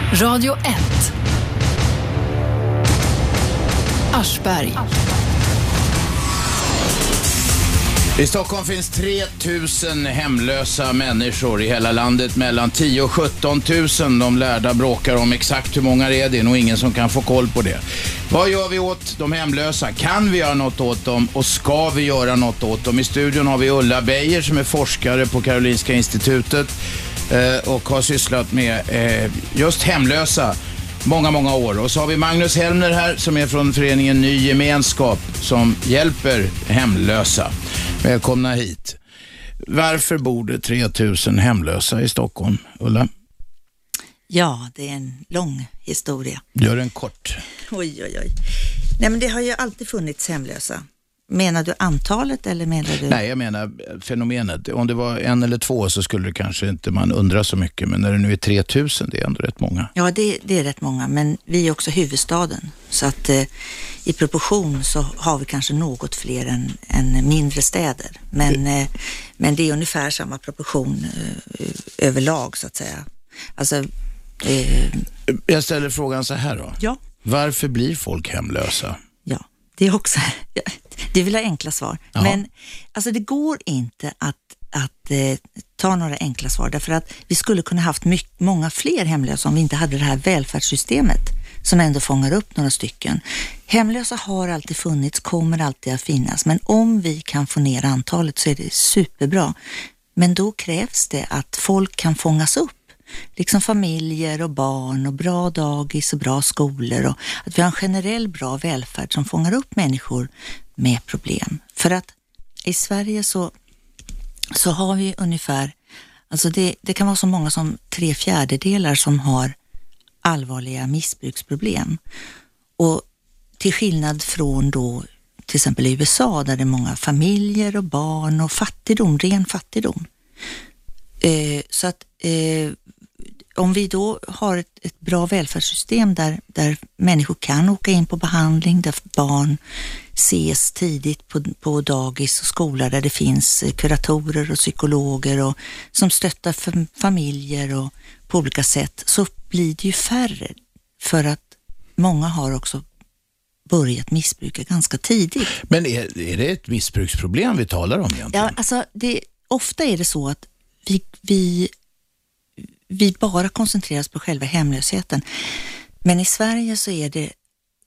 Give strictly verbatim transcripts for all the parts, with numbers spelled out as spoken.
Radio ett. Aschberg. I Stockholm finns tre tusen hemlösa människor i hela landet, mellan tio och sjutton tusen. De lärda bråkar om exakt hur många det är. Det är nog ingen som kan få koll på det. Vad gör vi åt de hemlösa? Kan vi göra något åt dem och ska vi göra något åt dem? I studion har vi Ulla Beijer som är forskare på Karolinska institutet eh, och har sysslat med eh, just hemlösa många, många år. Och så har vi Magnus Helmner här som är från föreningen Ny Gemenskap som hjälper hemlösa. Välkomna hit. Varför bor det tre tusen hemlösa i Stockholm, Ulla? Ja, det är en lång historia. Gör den kort. Oj, oj, oj. Nej, men det har ju alltid funnits hemlösa. Menar du antalet eller menar du? Nej, jag menar fenomenet. Om det var en eller två så skulle det kanske inte man undra så mycket. Men när det nu är tre tusen, det är ändå rätt många. Ja, det, det är rätt många. Men vi är också huvudstaden. Så att eh, i proportion så har vi kanske något fler än, än mindre städer. Men, det... Eh, men det är ungefär samma proportion eh, överlag så att säga. Alltså... Eh... Jag ställer frågan så här då. Ja. Varför blir folk hemlösa? Ja, det är också... Det vill ha enkla svar. Jaha. Men alltså det går inte att, att eh, ta några enkla svar. Därför att vi skulle kunna haft mycket, många fler hemlösa om vi inte hade det här välfärdssystemet som ändå fångar upp några stycken. Hemlösa har alltid funnits, kommer alltid att finnas. Men om vi kan få ner antalet så är det superbra. Men då krävs det att folk kan fångas upp. Liksom familjer och barn och bra dagis och bra skolor. Och att vi har en generell bra välfärd som fångar upp människor med problem. För att i Sverige så, så har vi ungefär, alltså det, det kan vara så många som tre fjärdedelar som har allvarliga missbruksproblem. Och till skillnad från då till exempel i U S A där det är många familjer och barn och fattigdom, ren fattigdom. Eh, så att eh, om vi då har ett, ett bra välfärdssystem där, där människor kan åka in på behandling, där barn ses tidigt på, på dagis och skola, där det finns kuratorer och psykologer och, som stöttar för familjer och på olika sätt, så blir det ju färre. För att många har också börjat missbruka ganska tidigt. Men är, är det ett missbruksproblem vi talar om egentligen? Ja, alltså det, ofta är det så att vi... vi Vi bara koncentreras på själva hemlösheten. Men i Sverige så är det...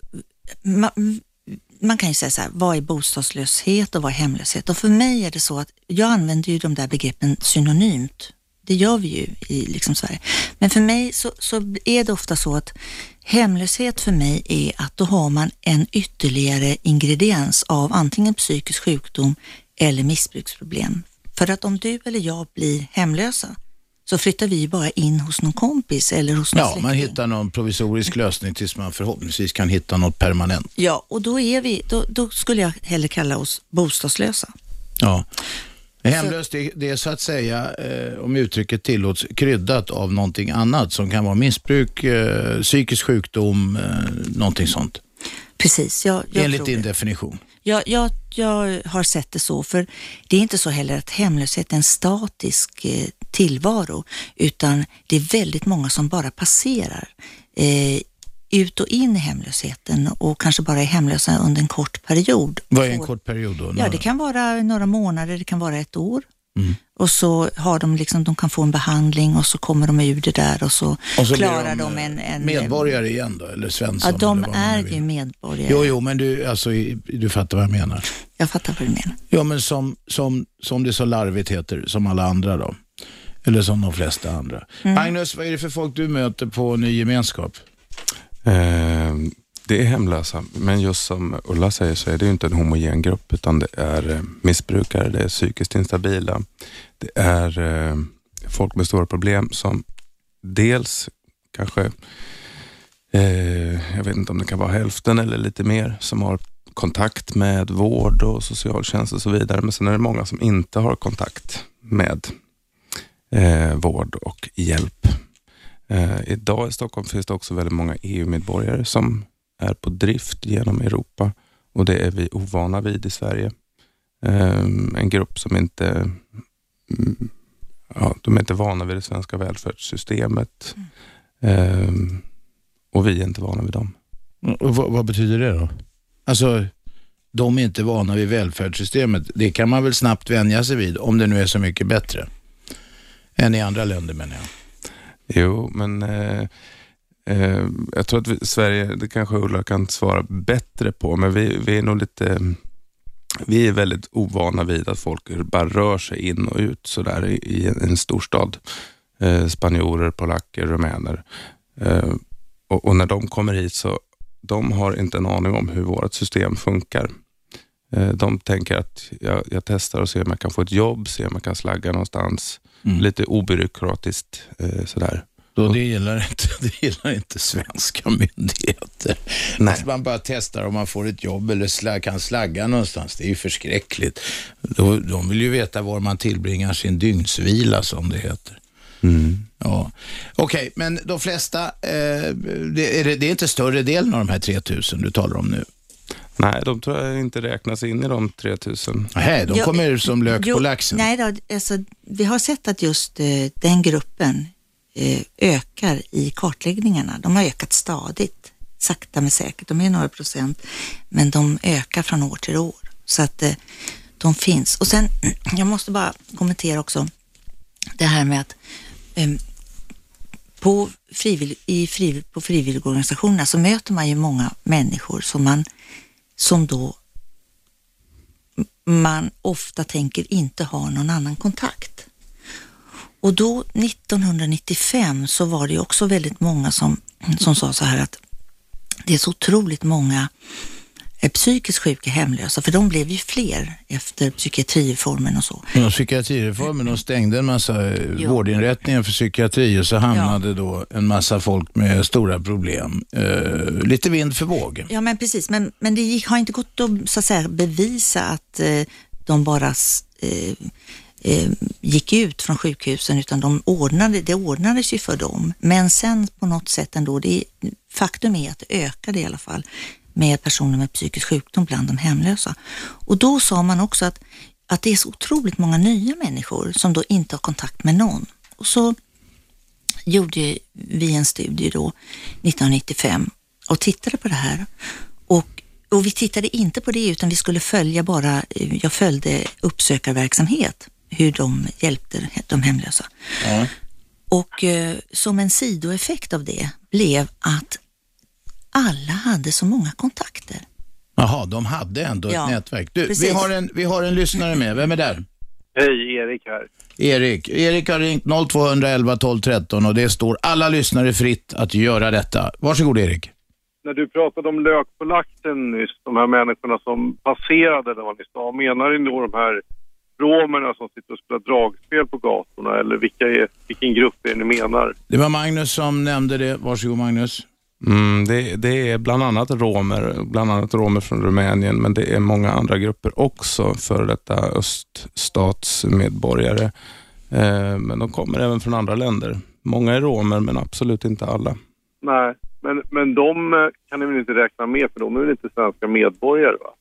Man, man kan ju säga så här, vad är bostadslöshet och vad är hemlöshet? Och för mig är det så att jag använder ju de där begreppen synonymt. Det gör vi ju i liksom Sverige. Men för mig så, så är det ofta så att hemlöshet för mig är att då har man en ytterligare ingrediens av antingen psykisk sjukdom eller missbruksproblem. För att om du eller jag blir hemlösa så flyttar vi bara in hos någon kompis eller hos någon Ja, släkting. man hittar någon provisorisk lösning tills man förhoppningsvis kan hitta något permanent. Ja, och då är vi, då, då skulle jag hellre kalla oss bostadslösa. Ja, hemlöst det, det är så att säga, eh, om uttrycket tillåts, kryddat av någonting annat som kan vara missbruk, eh, psykisk sjukdom, eh, någonting sånt. Precis, jag, jag enligt tror din det. definition. Jag, jag, jag har sett det så, för det är inte så heller att hemlöshet är en statisk eh, tillvaro, utan det är väldigt många som bara passerar eh, ut och in i hemlösheten och kanske bara är hemlösa under en kort period. Vad är en kort period då? Ja, det kan vara några månader, det kan vara ett år. Mm. Och så har de liksom, de kan få en behandling och så kommer de ur det där och så, och så klarar de, de en, en... medborgare igen då, eller Svensson? Ja, de eller är ju medborgare. Jo, jo, men du, alltså, du fattar vad jag menar. Jag fattar vad du menar. Ja, men som, som, som det så larvigt heter, som alla andra då. Eller som de flesta andra. Mm. Magnus, vad är det för folk du möter på Ny Gemenskap? Eh, det är hemlösa, men just som Ulla säger så är det ju inte en homogen grupp, utan det är missbrukare, det är psykiskt instabila, det är eh, folk med stora problem som dels kanske, eh, jag vet inte om det kan vara hälften eller lite mer, som har kontakt med vård och socialtjänst och så vidare, men sen är det många som inte har kontakt med eh, vård och hjälp. Eh, idag i Stockholm finns det också väldigt många E U-medborgare som är på drift genom Europa, och det är vi ovana vid i Sverige. Eh, en grupp som inte mm, ja, de är inte vana vid det svenska välfärdssystemet. Eh, och vi är inte vana vid dem. Och vad, vad betyder det då? Alltså, de är inte vana vid välfärdssystemet. Det kan man väl snabbt vänja sig vid, om det nu är så mycket bättre än i andra länder, menar jag. Jo, men eh, eh, jag tror att vi, Sverige, det kanske Ulla kan svara bättre på, men vi, vi är nog lite, vi är väldigt ovana vid att folk bara rör sig in och ut sådär i, i en, en storstad. Eh, spanjorer, polacker, rumäner. Eh, och, och när de kommer hit så de har inte en aning om hur vårt system funkar. Eh, de tänker att jag, jag testar och ser om jag kan få ett jobb, ser om jag kan slagga någonstans. Mm. Lite obyråkratiskt eh, sådär. Då det gillar inte, det gillar inte svenska myndigheter. Nej. Att man bara testar om man får ett jobb eller slag, kan slagga någonstans. Det är ju förskräckligt. Då, de vill ju veta var man tillbringar sin dygnsvila, som det heter. Mm. Ja. Okej, okay, men de flesta, eh, det, är det, det är inte större delen av de här tre tusen du talar om nu? Nej, de tror jag inte räknas in i de tre tusen. Nej, de kommer jo, som lök jo, på laxen. Nej då, alltså, vi har sett att just eh, den gruppen eh, ökar i kartläggningarna. De har ökat stadigt, sakta men säkert. De är några procent, men de ökar från år till år. Så att eh, de finns. Och sen, jag måste bara kommentera också det här med att eh, på, frivillig, i frivill, på frivilligorganisationerna så möter man ju många människor som man som då man ofta tänker inte ha någon annan kontakt. Och då nittonhundranittiofem så var det ju också väldigt många som, som sa så här att det är så otroligt många psykiskt sjuka hemlösa, för de blev ju fler efter psykiatrireformen och så. Ja, psykiatrireformen, de stängde en massa jo. vårdinrättningar för psykiatri och så hamnade ja. då en massa folk med stora problem. Eh, lite vind för våg. Ja, men precis. Men, men det gick, har inte gått att, så att säga, bevisa att eh, de bara eh, eh, gick ut från sjukhusen, utan de ordnade, det ordnades ju för dem. Men sen på något sätt ändå, det, faktum är att det ökade i alla fall med personer med psykisk sjukdom bland de hemlösa. Och då sa man också att, att det är så otroligt många nya människor som då inte har kontakt med någon. Och så gjorde vi en studie då nittonhundranittiofem och tittade på det här. Och, och vi tittade inte på det, utan vi skulle följa bara, jag följde uppsökarverksamhet, hur de hjälpte de hemlösa. Ja. Och eh, som en sidoeffekt av det blev att alla hade så många kontakter. Jaha, de hade ändå ja, ett nätverk. Du, vi har, en, vi har en lyssnare med. Vem är där? Hej, Erik här. Erik. Erik har ringt noll två ett ett tolv tretton och det står alla lyssnare fritt att göra detta. Varsågod, Erik. När du pratade om lök på laxen nyss, de här människorna som passerade där man nyss sa, menar du då de här romerna som sitter och spelar dragspel på gatorna, eller vilka är, vilken grupp är ni menar? Det var Magnus som nämnde det. Varsågod, Magnus. Mm, det, det är bland annat romer, bland annat romer från Rumänien, men det är många andra grupper också, för detta öststatsmedborgare. Eh, men de kommer även från andra länder. Många är romer, men absolut inte alla. Nej, men, men de kan ni väl inte räkna med, för de är väl inte svenska medborgare, va?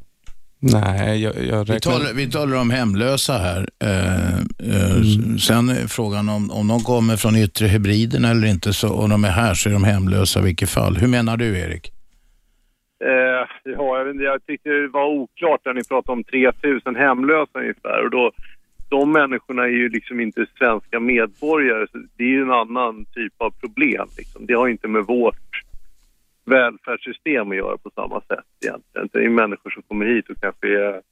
Nej, jag, jag räknar... vi, talar, vi talar om hemlösa här. Eh, eh, mm. Sen är frågan om, om de kommer från yttre hybriden eller inte, så om de är här så är de hemlösa i vilket fall. Hur menar du, Erik? Eh, ja, jag, vet inte, jag tyckte det var oklart när ni pratade om tre tusen hemlösa ungefär. Och då, de människorna är ju liksom inte svenska medborgare, så det är ju en annan typ av problem. Liksom. Det har inte med vårt välfärdssystem att göra på samma sätt egentligen. Det är människor som kommer hit och kanske är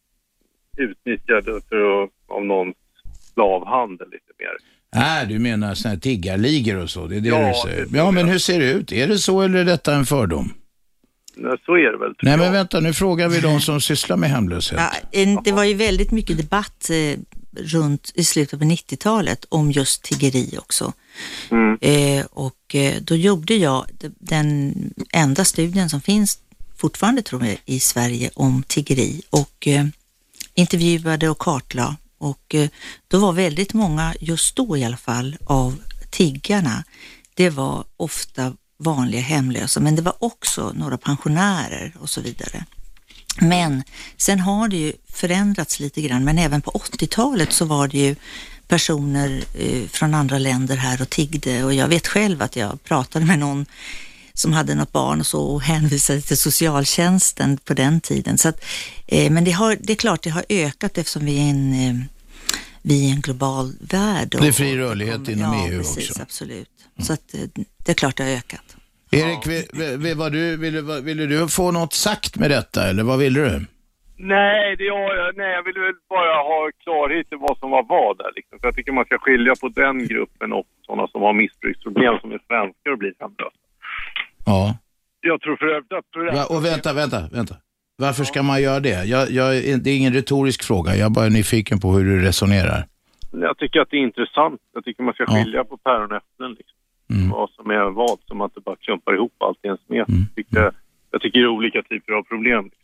utnyttjade för att, av någon slavhandel lite mer. Nej, du menar såna här tiggarligor och så, det är det ja, du säger. Det ja, men hur ser det ut? Är det så eller är detta en fördom? Nej, så är det väl. Nej, men vänta, nu frågar vi de som sysslar med hemlöshet. Ja, en, det var ju väldigt mycket debatt eh, runt i slutet på nittiotalet om just tiggeri också. Mm. Eh, och eh, då gjorde jag den enda studien som finns fortfarande, tror jag, i Sverige om tiggeri, och eh, intervjuade och kartlade, och eh, då var väldigt många, just då i alla fall, av tiggarna, det var ofta vanliga hemlösa, men det var också några pensionärer och så vidare. Men sen har det ju förändrats lite grann, men även på åttiotalet så var det ju personer eh, från andra länder här och tiggde. Och jag vet själv att jag pratade med någon som hade något barn och så och hänvisade till socialtjänsten på den tiden. Så att, eh, men det, har, det är klart det har ökat eftersom vi är en, eh, vi är en global värld. Och, det är fri rörlighet kommer, inom ja, E U precis, också. Absolut. Mm. Så att, eh, det är klart det har ökat. Erik, vill, vill, vad du, vill, ville du få något sagt med detta eller vad ville du? Nej, det jag, nej, jag ville väl bara ha klarhet i vad som var vad där. Liksom. För jag tycker man ska skilja på den gruppen och sådana som har missbruksproblem som är svenskar och blir hemlösa. Ja. Jag tror för övrigt att... För Va, och vänta, vänta, vänta. Varför ska man göra det? Jag, jag, det är ingen retorisk fråga. Jag är bara nyfiken på hur du resonerar. Jag tycker att det är intressant. Jag tycker man ska skilja ja. på päron och äpplen. Liksom. Mm. Vad som är vad, som att det bara klumpar ihop allt i en smet. Mm. Jag, tycker, jag tycker det är olika typer av problem. Liksom.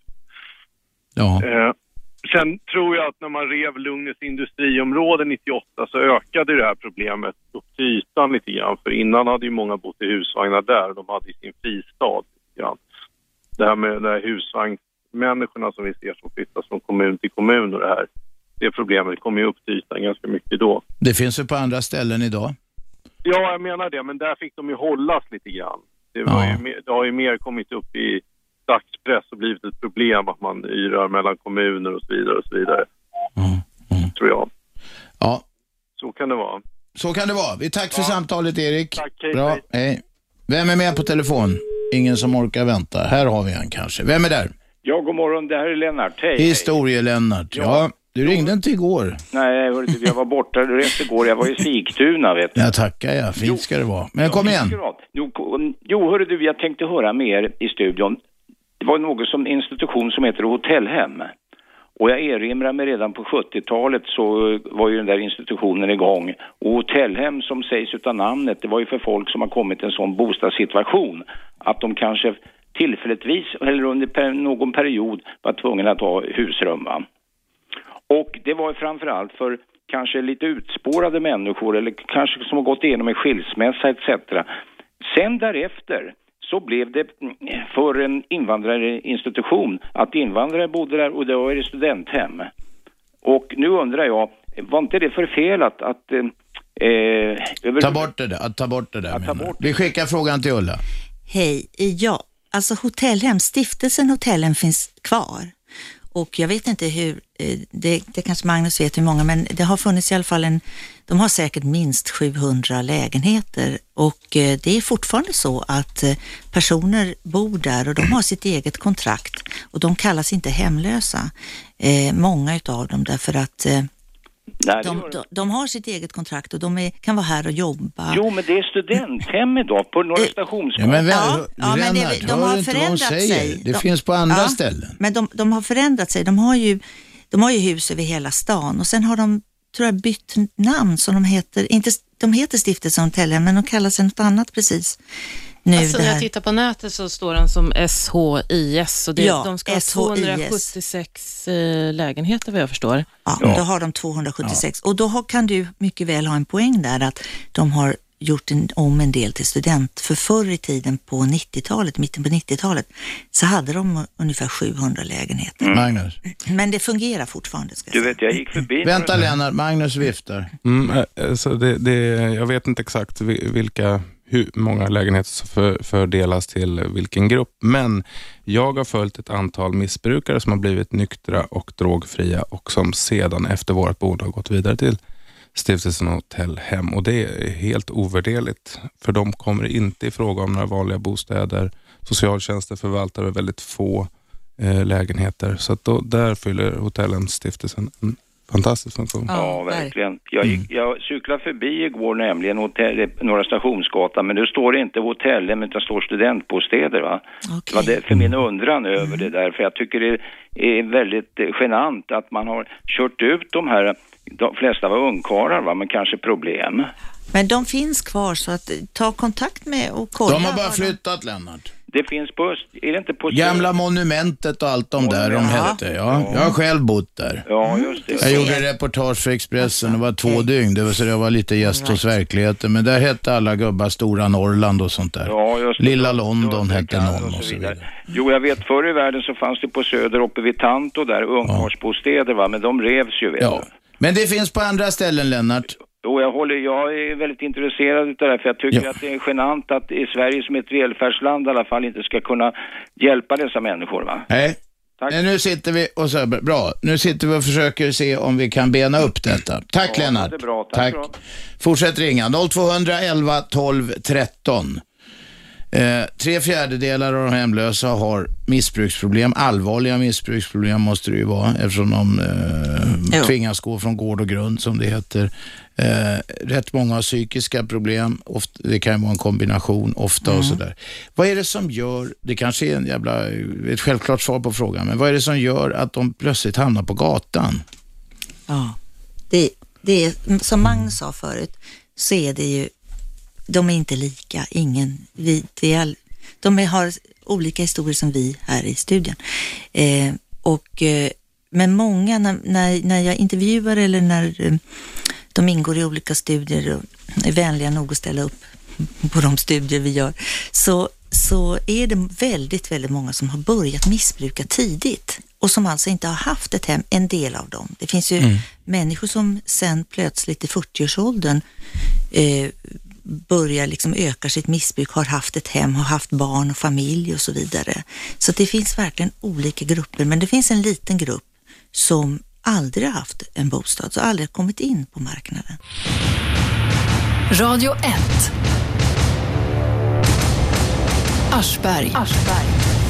Ja. Eh, sen tror jag att när man rev Lugnäs industriområde nittioåtta så ökade det här problemet upp till ytan lite grann. För innan hade ju många bott i husvagnar där. De hade i sin fristad lite grann. Det här med de här husvagnsmänniskorna som vi ser som flyttas från kommun till kommun och det här. Det problemet kommer ju upp till ytan ganska mycket då. Det finns ju på andra ställen idag. Ja, jag menar det. Men där fick de ju hållas lite grann. Det, var ja. ju, det har ju mer kommit upp i dagspress och blivit ett problem att man yrar mellan kommuner och så vidare och så vidare. Mm. Mm. Tror jag. Ja. Så kan det vara. Så kan det vara. Vi tack för ja. samtalet, Erik. Tack, hej. Bra, hej. Vem är med på telefon? Ingen som orkar vänta. Här har vi en kanske. Vem är där? Ja, god morgon. Det här är Lennart. Hej. Historie-Lennart. Ja. ja. Du ringde inte igår. Nej, hörde du, jag var borta rest igår. Jag var i Sigtuna, vet du. Jag tackar, ja. Fint jo. ska det vara. Men kom igen. Jo, jo hörde du, jag tänkte höra mer i studion. Det var något som institution som heter Hotellhem. Och jag erinrar mig redan på sjuttiotalet så var ju den där institutionen igång. Och Hotellhem som sägs utan namnet, det var ju för folk som har kommit i en sån bostadssituation. Att de kanske tillfälligtvis eller under per, någon period var tvungna att ha husrum, va? Och det var ju framförallt för kanske lite utspårade människor eller kanske som har gått igenom en skilsmässa et cetera. Sen därefter så blev det för en invandrarinstitution att invandrare bodde där och det var ett studenthem. Och nu undrar jag, var inte det för fel att... att eh, över... Ta bort det där, att ta bort det där. Ta bort det. Vi skickar frågan till Ulla. Hej, ja, alltså hotellhem, stiftelsen Hotellhem finns kvar. Och jag vet inte hur, det, det kanske Magnus vet hur många, men det har funnits i alla fall en, de har säkert minst sjuhundra lägenheter och det är fortfarande så att personer bor där och de har sitt eget kontrakt och de kallas inte hemlösa, eh, många utav dem, därför att eh, Nej, de, de, de har sitt eget kontrakt och de är, kan vara här och jobba. Jo, men det är studenthem idag på några stationsgård. Ja, men, ja, ja, men det, de har förändrat sig. Det de, finns på andra ja, ställen. Men de, de har förändrat sig. De har, ju, de har ju hus över hela stan och sen har de, tror jag, bytt namn som de heter, inte, de heter Stiftelsen Hotellhem, men de kallar sig något annat precis. Nu alltså när jag tittar på nätet så står den som S H I S och det, ja, de ska ha tvåhundrasjuttiosex äh, lägenheter vad jag förstår. Ja, ja. Då har de tvåhundrasjuttiosex ja. Och då har, kan du mycket väl ha en poäng där att de har gjort en, om en del till student. För förr i tiden på nittiotalet, mitten på nittiotalet så hade de ungefär sjuhundra lägenheter. Mm. Magnus. Men det fungerar fortfarande, ska jag Du säga. vet, jag gick förbi. Vänta Lennart, Magnus viftar. Mm, så det, det, jag vet inte exakt vilka... hur många lägenheter som för, fördelas till vilken grupp. Men jag har följt ett antal missbrukare som har blivit nyktra och drogfria och som sedan efter vårt boende har gått vidare till Stiftelsen Hotellhem. Och det är helt ovärderligt. För de kommer inte i fråga om några vanliga bostäder. Socialtjänsten förvaltar väldigt få eh, lägenheter. Så att då, där fyller Hotellhemsstiftelsen en fantastisk funktion. Ja, ja, verkligen. Jag, gick, jag cyklade förbi igår nämligen hotell, några stationsgatan, men det står inte hotellhem utan står studentbostäder, va? Okay. Det var det för min undran över mm. det där, för jag tycker det är väldigt genant att man har kört ut de här, de flesta var ungkarlar, va, men kanske problem. Men de finns kvar, så att ta kontakt med och kolla. De har bara flyttat, Lennart. Det finns på öst, är det inte på Gamla monumentet och allt de där de hette, ja. Jag har själv bott där. Ja, just det. Jag gjorde reportage för Expressen, det var två dygn, det var så det var lite gäst hos verkligheten. Men där hette alla gubbar Stora Norrland och sånt där. Ja, just det. Lilla London hette någon och så vidare. Jo, jag vet, förr i världen så fanns det på söder uppe vid Tanto där ungkarlsbostäder, va, men de revs ju, vet ja. Men det finns på andra ställen, Lennart. Och jag, håller, jag är väldigt intresserad av det här, för jag tycker ja. att det är genant att i Sverige som ett välfärdsland i alla fall inte ska kunna hjälpa dessa människor, va? Nej. Tack. Men nu sitter vi och så, bra. Nu sitter vi och försöker se om vi kan bena upp detta. Tack ja, Lennart. Det är bra. Tack. Tack. Fortsätt ringa noll två elva tolv tretton. Eh, tre fjärdedelar av de hemlösa har missbruksproblem. Allvarliga missbruksproblem måste det ju vara, eftersom de eh, tvingas gå från gård och grund, som det heter. Eh, rätt många har psykiska problem. Ofta, det kan vara en kombination ofta mm. och sådär. Vad är det som gör, det kanske är en jävla, ett självklart svar på frågan, men vad är det som gör att de plötsligt hamnar på gatan? Ja, det, det är som Magnus sa förut, så är det ju, de är inte lika, ingen, vi, det är all, de är, har olika historier som vi här i studien. Eh, och, eh, men många, när, när, när jag intervjuar eller när eh, de ingår i olika studier och är vänliga nog att ställa upp på de studier vi gör, så, så är det väldigt, väldigt många som har börjat missbruka tidigt och som alltså inte har haft ett hem, en del av dem. Det finns ju mm. människor som sen plötsligt i fyrtioårsåldern eh, börjar liksom öka sitt missbruk, har haft ett hem, har haft barn och familj och så vidare. Så det finns verkligen olika grupper, men det finns en liten grupp som aldrig har haft en bostad, så aldrig har kommit in på marknaden. Radio ett. Aschberg. Aschberg.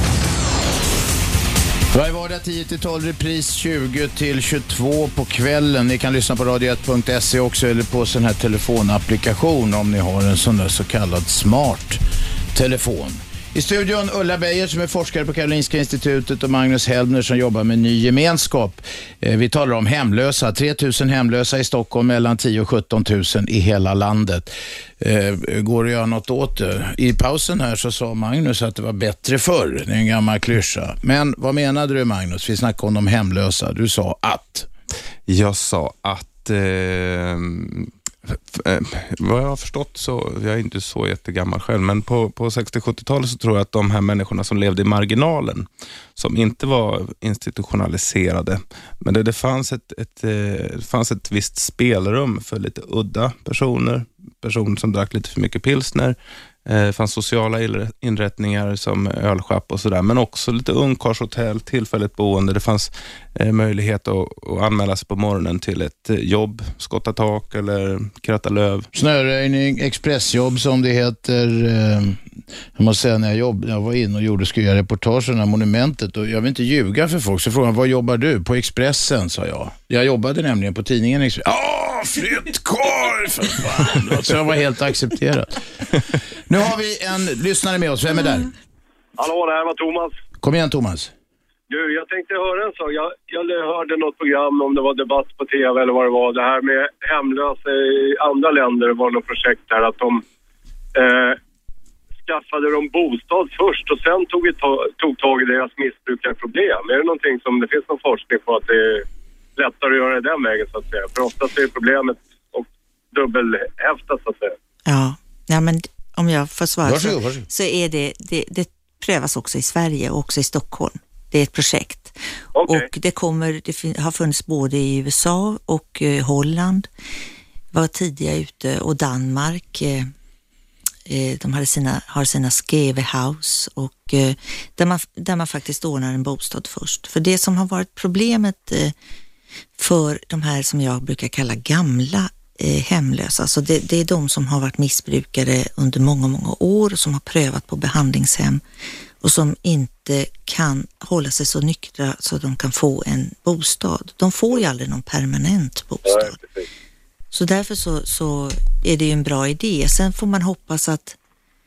Varje vardag tio till tolv, repris tjugo till tjugotvå på kvällen. Ni kan lyssna på radio ett punkt se också, eller på sån här telefonapplikation om ni har en sån där så kallad smart telefon. I studion Ulla Beijer som är forskare på Karolinska institutet och Magnus Hellner som jobbar med ny gemenskap. Eh, vi talar om hemlösa, tre tusen hemlösa i Stockholm, mellan tio och sjutton tusen i hela landet. Eh, går det att göra något åt det? I pausen här så sa Magnus att det var bättre förr, det är en gammal klyscha. Men vad menade du, Magnus? Vi snackade om de hemlösa. Du sa att... Jag sa att... Eh... Vad jag har förstått, så jag är inte så jättegammal själv, men på, på sextio-sjuttiotalet så tror jag att de här människorna som levde i marginalen, som inte var institutionaliserade, men det, det fanns ett, ett, det fanns ett visst spelrum för lite udda personer, personer som drack lite för mycket pilsner. Det fanns sociala inrättningar som ölschapp och sådär, men också lite ungkarlshotell, tillfälligt boende. Det fanns eh, möjlighet att, att anmäla sig på morgonen till ett eh, jobb, skotta tak eller kratta löv. Snöröjning, expressjobb som det heter. Eh, jag måste säga, när jag, jobb, jag var in och gjorde skulle jag reportagen av monumentet, och jag vill inte ljuga för folk, så frågade vad jobbar du? På Expressen, sa jag. Jag jobbade nämligen på tidningen Expressen. Åh, flyttkorv! För fan. Så jag var helt accepterad. Nu har vi en lyssnare med oss. Vem är där? Hallå, det här var Thomas. Kom igen, Thomas. Du, jag tänkte höra en sak. Jag, jag hörde något program, om det var debatt på tv eller vad det var. Det här med hemlösa i andra länder, var något projekt där att de eh, skaffade dem bostad först och sen tog, tog tag i deras missbrukarproblem. Är det någonting som det finns någon forskning på att det är lättare att göra det den vägen, så att säga? För oftast är problemet och dubbelhäftat, så att säga. Ja, ja men om jag får svara varsågod, så, varsågod. så är det, det, det prövas också i Sverige och också i Stockholm. Det är ett projekt. Okay. Och det kommer, det fin- har funnits både i U S A och eh, Holland, var tidiga ute, och Danmark. Eh, eh, de hade sina, har sina Skeve House, och eh, där, man, där man faktiskt ordnar en bostad först. För det som har varit problemet eh, för de här som jag brukar kalla gamla eh, hemlösa, alltså det, det är de som har varit missbrukare under många, många år, som har prövat på behandlingshem och som inte kan hålla sig så nyktra så att de kan få en bostad. De får ju aldrig någon permanent bostad. Så därför så, så är det ju en bra idé. Sen får man hoppas att,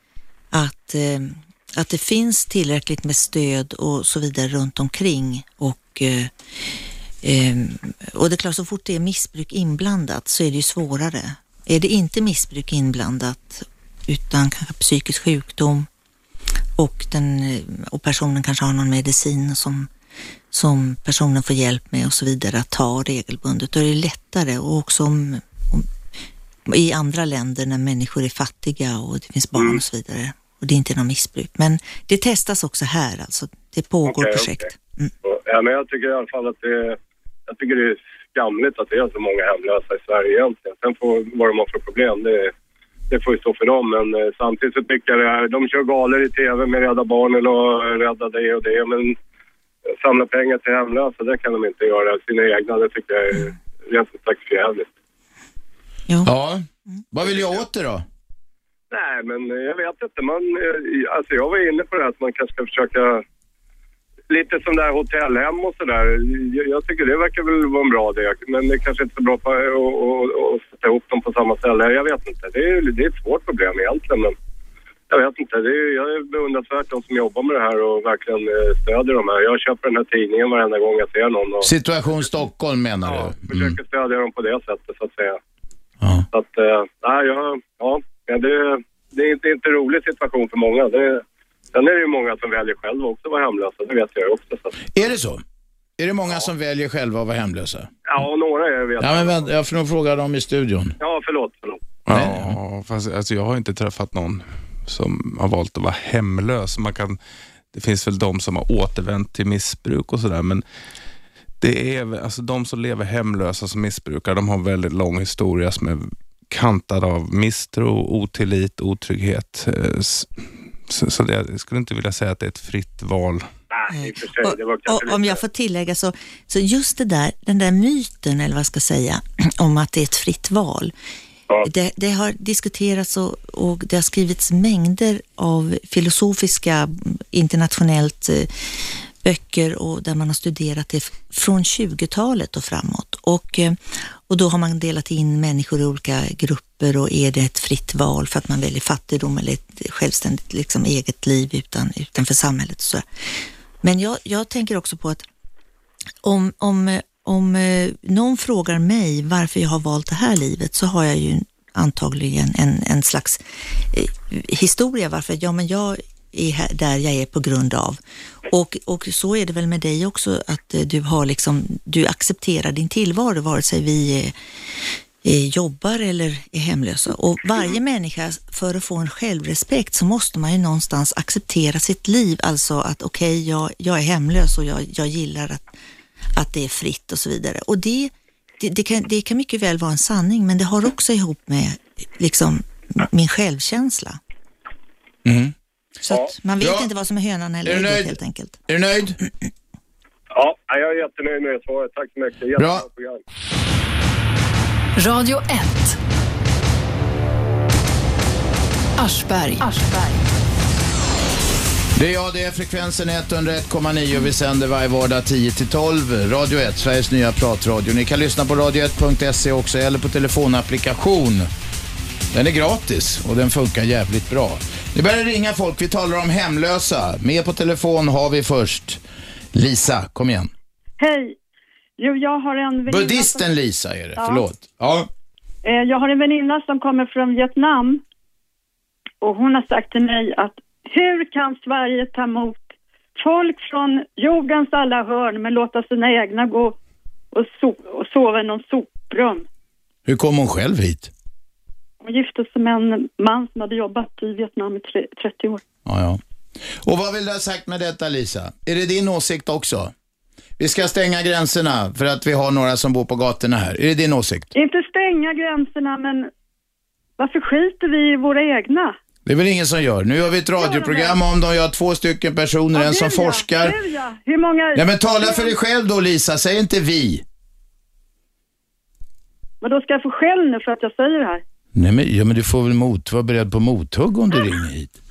att, eh, att det finns tillräckligt med stöd och så vidare runt omkring. Och, eh, eh, och det är klart, så fort det är missbruk inblandat så är det ju svårare. Är det inte missbruk inblandat utan kanske psykisk sjukdom, och, den, och personen kanske har någon medicin som, som personen får hjälp med och så vidare att ta regelbundet, då är det lättare. Och också om, om, i andra länder när människor är fattiga och det finns barn mm. och så vidare, och det är inte någon missbruk. Men det testas också här, alltså det pågår okay, projekt. Okay. Mm. Ja, men jag tycker i alla fall att det, jag tycker det är skamligt att det är så många hemlösa i Sverige egentligen. Sen får vad de har för problem, det, det får ju stå för dem. Men eh, samtidigt så tycker jag det här, de kör galer i tv med Rädda Barnen och Rädda det och det. Men samla pengar till hemlösa, det kan de inte göra. Sina egna, det tycker jag är rent ut sagt förjävligt. Ja, vad vill jag åt det då? Nej, men jag vet inte. Man, alltså jag var inne på det här att man kanske ska försöka lite som där hotellhem och sådär. Jag, jag tycker det verkar väl vara en bra idé. Men det kanske inte är så bra på att sätta ihop dem på samma ställe. Jag vet inte. Det är, det är ett svårt problem egentligen. Men jag vet inte. Det är, jag är beundransvärt de som jobbar med det här och verkligen stödjer de här. Jag köper den här tidningen varenda gång jag ser någon. Och, Situation Stockholm menar ja, du? Mm. Försöker stödja dem på det sättet så att säga. Ja. Så att, äh, nej, jag, ja, det, det, är inte, det är inte en rolig situation för många. Det, sen är det ju många som väljer själva också att vara hemlösa, det vet jag också. Så. Är det så? Är det många ja. som väljer själva att vara hemlösa? Ja, några jag vet. Ja, men vänta, jag får nog fråga dem i studion. Ja, förlåt, förlåt. Ja, fast alltså, jag har inte träffat någon som har valt att vara hemlös. Man kan, det finns väl de som har återvänt till missbruk och sådär, men det är alltså de som lever hemlösa som missbrukar, de har väldigt lång historia som är kantad av misstro, otillit, otrygghet. Så, så det, jag skulle inte vilja säga att det är ett fritt val. Nej, för sig, det var och, och om jag får tillägga så, så just det där, den där myten eller vad ska jag säga om att det är ett fritt val. Ja. Det, det har diskuterats och, och det har skrivits mängder av filosofiska internationellt eh, böcker och där man har studerat det från tjugotalet och framåt. Och, och då har man delat in människor i olika grupper och är det ett fritt val för att man väljer fattigdom eller ett självständigt liksom, eget liv utan, utanför samhället. Så. Men jag, jag tänker också på att om, om, om någon frågar mig varför jag har valt det här livet så har jag ju antagligen en, en slags eh, historia varför ja, men jag är här, där jag är på grund av. Och, och så är det väl med dig också att du har liksom, du accepterar din tillvaro vare sig vi är, är jobbar eller är hemlösa. Och varje människa för att få en självrespekt så måste man ju någonstans acceptera sitt liv. Alltså att okej, okay, jag, jag är hemlös och jag, jag gillar att, att det är fritt och så vidare. Och det, det, det, kan, det kan mycket väl vara en sanning men det har också ihop med liksom min självkänsla. Mm. Så att man vet ja. inte vad som är hönan eller ägget helt enkelt. Är du nöjd? Ja, jag är jättenöjd med svaret. Tack så mycket. Jättebra Bra. Program. Radio ett. Aschberg. Aschberg. Det är jag, det är frekvensen ett noll ett komma nio och vi sänder varje vardag tio till tolv. Radio ett, Sveriges nya pratradio. Ni kan lyssna på radio ett punkt se också eller på telefonapplikation. Den är gratis och den funkar jävligt bra. Nu börjar ringa folk, vi talar om hemlösa. Med på telefon har vi först Lisa, kom igen. Hej, jo jag har en väninna. Buddhisten som... Lisa är det, ja. förlåt. Ja. Jag har en väninna som kommer från Vietnam och hon har sagt till mig att hur kan Sverige ta emot folk från jordens alla hörn men låta sina egna gå och, so- och sova i någon soprum? Hur kom hon själv hit? Hon gifte sig med en man som hade jobbat i Vietnam i trettio år. Ja, ja. Och vad vill du ha sagt med detta, Lisa? Är det din åsikt också? Vi ska stänga gränserna för att vi har några som bor på gatorna här. Är det din åsikt? Inte stänga gränserna, men varför skiter vi i våra egna? Det är väl ingen som gör. Nu gör vi ett radioprogram om de gör två stycken personer, ja, en som ja, forskar. Ja. Hur många... Ja, men tala för dig själv då, Lisa. Säg inte vi. Men då ska jag få skäll nu för att jag säger det här. Nej, men, ja, men du får väl mot, vara beredd på mothugg om du ringer hit.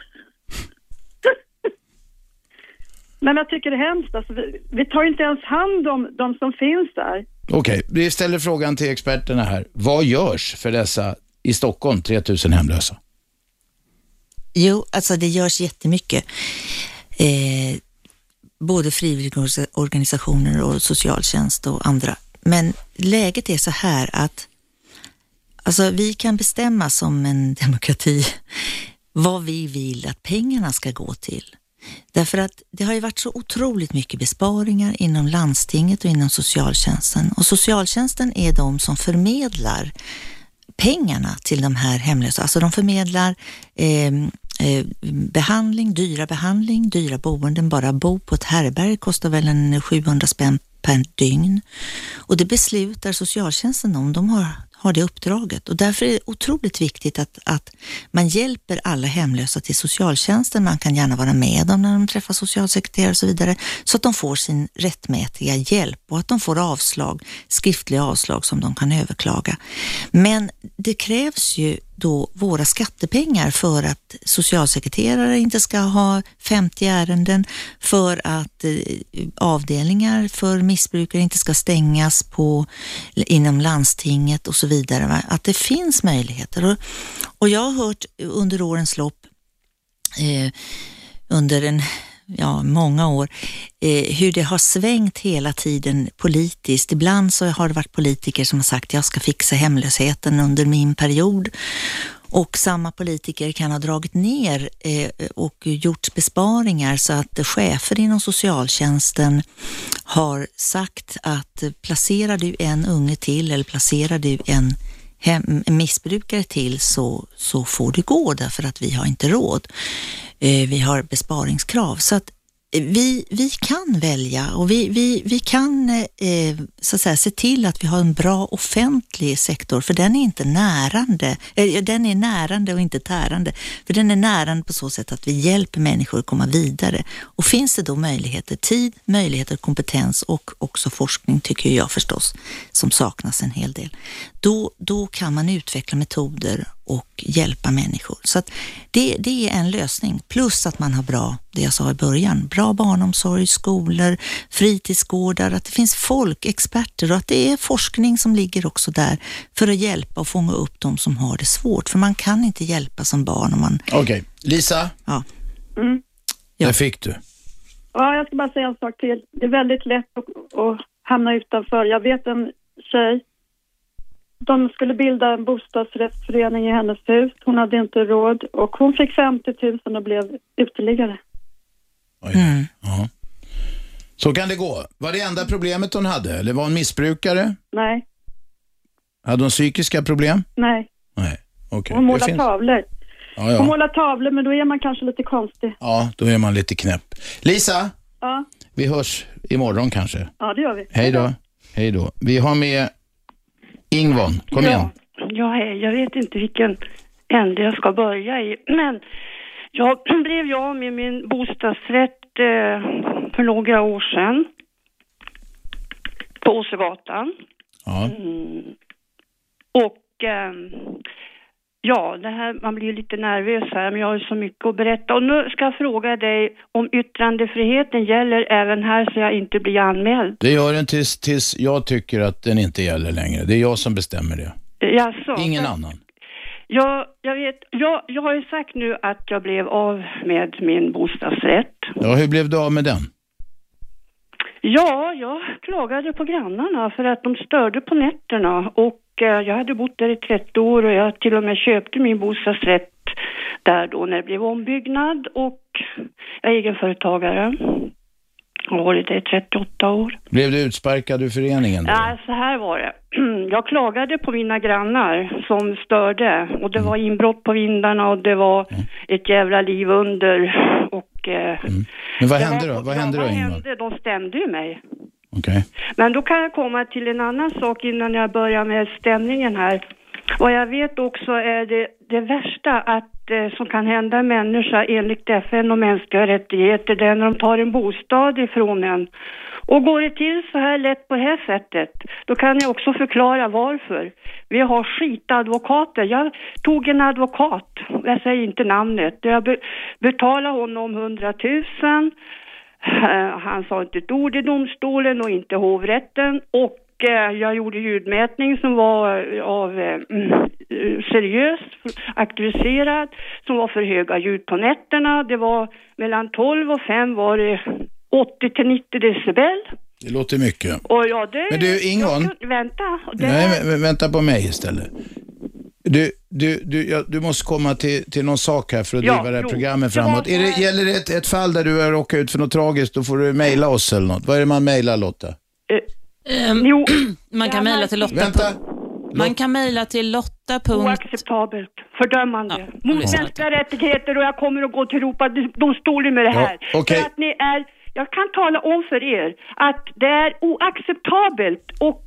Men jag tycker det är hemskt. Alltså, vi, vi tar inte ens hand om de som finns där. Okej, okay, vi ställer frågan till experterna här. Vad görs för dessa i Stockholm tre tusen hemlösa? Jo, alltså det görs jättemycket. Eh, både frivilligorganisationer och socialtjänst och andra. Men läget är så här att alltså, vi kan bestämma som en demokrati vad vi vill att pengarna ska gå till. Därför att det har ju varit så otroligt mycket besparingar inom landstinget och inom socialtjänsten. Och socialtjänsten är de som förmedlar pengarna till de här hemlösa. Alltså de förmedlar eh, eh, behandling, dyra behandling, dyra boenden. Bara bo på ett härberg kostar väl en sjuhundra spänn per dygn. Och det beslutar socialtjänsten om. De har, har det uppdraget. Och därför är det otroligt viktigt att, att man hjälper alla hemlösa till socialtjänsten. Man kan gärna vara med dem när de träffar socialsekreterare och så vidare. Så att de får sin rättmätiga hjälp och att de får avslag, skriftliga avslag som de kan överklaga. Men det krävs ju då våra skattepengar för att socialsekreterare inte ska ha femtio ärenden, för att eh, avdelningar för missbrukare inte ska stängas på, inom landstinget och så vidare. Va? Att det finns möjligheter. Och, och jag har hört under årens lopp, eh, under en ja, många år, eh, hur det har svängt hela tiden politiskt. Ibland så har det varit politiker som har sagt jag ska fixa hemlösheten under min period. Och samma politiker kan ha dragit ner eh, och gjort besparingar så att chefer inom socialtjänsten har sagt att placerar du en unge till eller placerar du en hem, missbrukare till så, så får du gå därför att vi har inte råd. Eh, vi har besparingskrav. Så att vi, vi kan välja och vi, vi, vi kan eh, så att säga, se till att vi har en bra offentlig sektor, för den är inte närande. Eh, den är närande och inte tärande. För den är närande på så sätt att vi hjälper människor att komma vidare. Och finns det då möjligheter, tid, möjligheter, kompetens och också forskning tycker jag förstås, som saknas en hel del. Då, då kan man utveckla metoder och hjälpa människor. Så att det, det är en lösning. Plus att man har bra, det jag sa i början, bra barnomsorg, skolor, fritidsgårdar, att det finns folk, experter och att det är forskning som ligger också där för att hjälpa och fånga upp de som har det svårt. För man kan inte hjälpa som barn om man... Okej, okay. Lisa? Ja. Mm. Ja. Där fick du. Ja, jag ska bara säga en sak till. Det är väldigt lätt att, att hamna utanför. Jag vet en tjej. De skulle bilda en bostadsrättsförening i hennes hus. Hon hade inte råd och hon fick femtio tusen och blev uteliggare. Oj. Mm. Ja. Så kan det gå. Var det enda problemet hon hade? Eller var hon missbrukare? Nej. Hade hon psykiska problem? Nej. Nej. Okay. Hon målar finns... tavlor. Ja, ja. Hon målar tavlor, men då är man kanske lite konstig. Ja, då är man lite knäpp. Lisa? Ja. Vi hörs imorgon kanske. Ja, det gör vi. Hej då. Hej då. Vi har med Ingvon, kom ja. igen. Ja, hej. Jag vet inte vilken ände jag ska börja i. Men jag blev jag med min bostadsrätt eh, för några år sedan. På Åsegatan. Ja. Mm. Och eh, ja, det här, man blir lite nervös här, men jag har så mycket att berätta. Och nu ska jag fråga dig om yttrandefriheten gäller även här så jag inte blir anmäld. Det gör den tills, tills jag tycker att den inte gäller längre. Det är jag som bestämmer det. Jaså, ingen men, annan. Ja, jag vet. Jag, jag har ju sagt nu att jag blev av med min bostadsrätt. Ja, hur blev du av med den? Ja, jag klagade på grannarna för att de störde på nätterna och jag hade bott där i trettio år och jag till och med köpte min bostadsrätt där då när det blev ombyggnad och jag är egenföretagare. Jag har varit där i trettioåtta år. Blev du utsparkad ur föreningen då? Ja, så här var det. Jag klagade på mina grannar som störde och det var inbrott på vindarna och det var mm. ett jävla liv under och... Mm. Men vad hände då? Vad hände ja, då, vad Ingvar? hände? De stämde ju mig. Okay. Men då kan jag komma till en annan sak innan jag börjar med stämningen här. Vad jag vet också är det, det värsta att, eh, som kan hända en människa enligt F N och mänskliga rättigheter, det är när de tar en bostad ifrån en. Och går det till så här lätt på det här sättet, då kan jag också förklara varför. Vi har skitadvokater. Jag tog en advokat, jag säger inte namnet, jag be- betalade honom hundratusen. Han sa inte ett ord i domstolen och inte hovrätten och jag gjorde ljudmätning som var av eh, seriöst aktiviserad, som var för höga ljud på nätterna. Det var mellan tolv och fem var det åttio till nittio decibel. Det låter mycket. Och ja, det, men du, Ingvon, kan, vänta. Det nej, här... men, vänta på mig istället. Du, du, du, ja, du måste komma till, till någon sak här för att ja, driva det här jo, programmet framåt. Det är det, gäller det ett, ett fall där du har råkat ut för något tragiskt, då får du mejla oss eller något. Vad är det man mejlar, Lotta? Uh. Um, jo, man kan mejla till Lotta. Vänta. Man kan mejla till Lotta. Oacceptabelt, fördömande, ja, mot mänskliga rättigheter och jag kommer att gå till Europadomstolen med det här. Ja, okay. För att ni är jag kan tala om för er att det är oacceptabelt och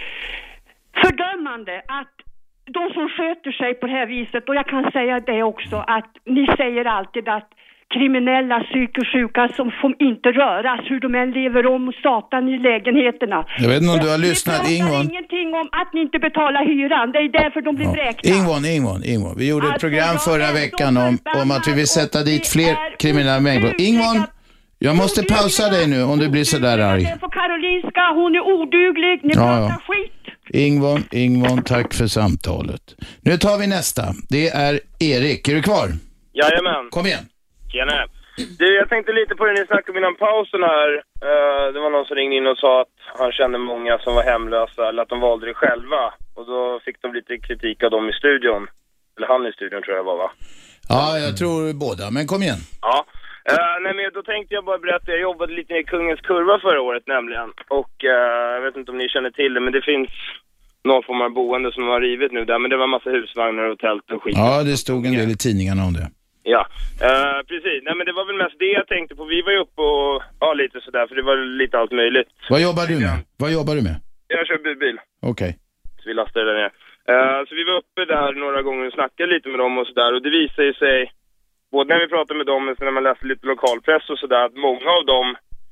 fördömande att de som sköter sig på det här viset, och jag kan säga det också, att ni säger alltid att kriminella, psykosjuka som får inte röras, hur de än lever om satan i lägenheterna. Jag vet inte om du har lyssnat, Ingvar. Det pratar ingenting om att ni inte betalar hyran. Det är därför de blir ja. vräkta. Ingvar, Ingvar, Ingvar. Vi gjorde ett alltså, program förra veckan om, om att vi vill sätta dit fler kriminella människor. Ingvar, jag måste pausa dig nu om du blir så där arg. För Karolinska, hon är oduglig. Ni ja, pratar ja. skit. Ingvar, Ingvar, tack för samtalet. Nu tar vi nästa. Det är Erik. Är du kvar? Jajamän. Kom igen. Tjena. Du, jag tänkte lite på det ni snackade innan pausen här. Uh, det var någon som ringde in och sa att han kände många som var hemlösa, eller att de valde det själva. Och då fick de lite kritik av dem i studion. Eller han i studion tror jag var, va? Ja, jag tror båda, men kom igen. Ja. Uh, nej, men då tänkte jag bara berätta, jag jobbade lite i Kungens Kurva förra året nämligen. Och uh, jag vet inte om ni känner till det, men det finns någon form av boende som har rivit nu där. Men det var en massa husvagnar och tält och skit. Ja, det stod en del i tidningarna om det. Ja, uh, precis. Nej, men det var väl mest det jag tänkte på. Vi var ju uppe och ja, lite sådär, för det var lite allt möjligt. Vad jobbar du med? Vad jobbar du med? Jag kör budbil. Okej. Okay. Så vi lastade där nere. Uh, så vi var uppe där några gånger och snackade lite med dem och sådär. Och det visade sig, både när vi pratade med dem och när man läste lite lokalpress och sådär, att många av dem,